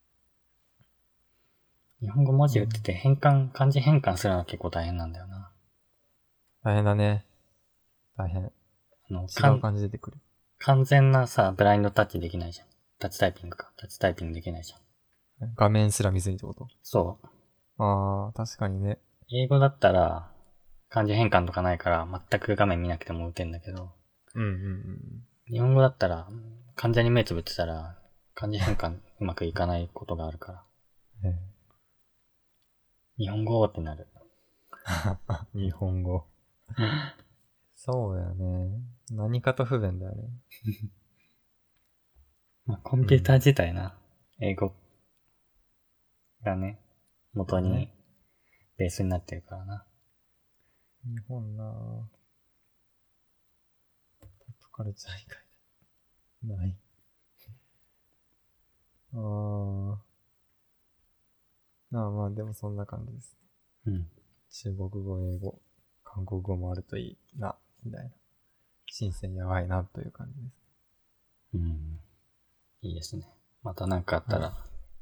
日本語文字打ってて変換、漢字変換するのは結構大変なんだよな。 大変だね。大変。 あの、 違う感じ出てくる。 完全なさ、ブラインドタッチできないじゃん。タッチタイピングか。タッチタイピングできないじゃん。 画面すら見ずにってこと？ そう。 あー、確かにね。 英語だったら、漢字変換とかないから全く画面見なくても打てんだけど、 うんうんうん。 日本語だったら、完全に目つぶってたら、漢字変換うまくいかないことがあるから。 え日本語ってなる。 え日本語。そうだよね。何かと不便だよね。 まあ、コンピューター自体な、英語がね、元にねベースになってるからな。 日本なぁ。ポップカルチャー以外で。ない。あー。まあまあ、でもそんな感じです。 うん。 中国語、英語、韓国語もあるといいな、みたいな。新鮮やばいな、という感じです。 うん。いいですね。また何かあったら、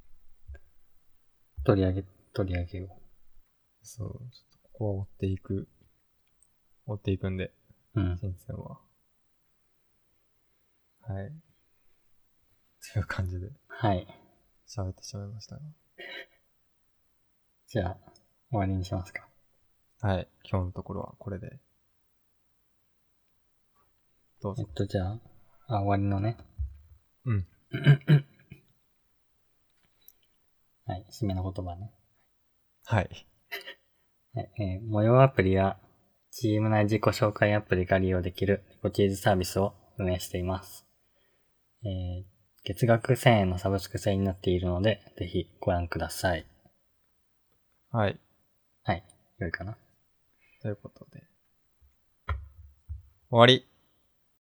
取り上げ、取り上げよそう、ちょっとここは追っていく、追っていくんで、 う。うん。 新鮮は。はい。という感じではい。 喋ってしまいましたが。 じゃあ、終わりにしますか。 はい。今日のところはこれで。どうぞ。 えっと、じゃあ、 あ、終わりのね。 うん。 はい、締めの言葉ね。 はい。 はい、えー模様アプリやチーム内自己紹介アプリが利用できるニコチーズサービスを運営しています。えー月額せんえんのサブスク制になっているので、ぜひご覧ください。 はい。 はい、良いかな。 ということで。終わり。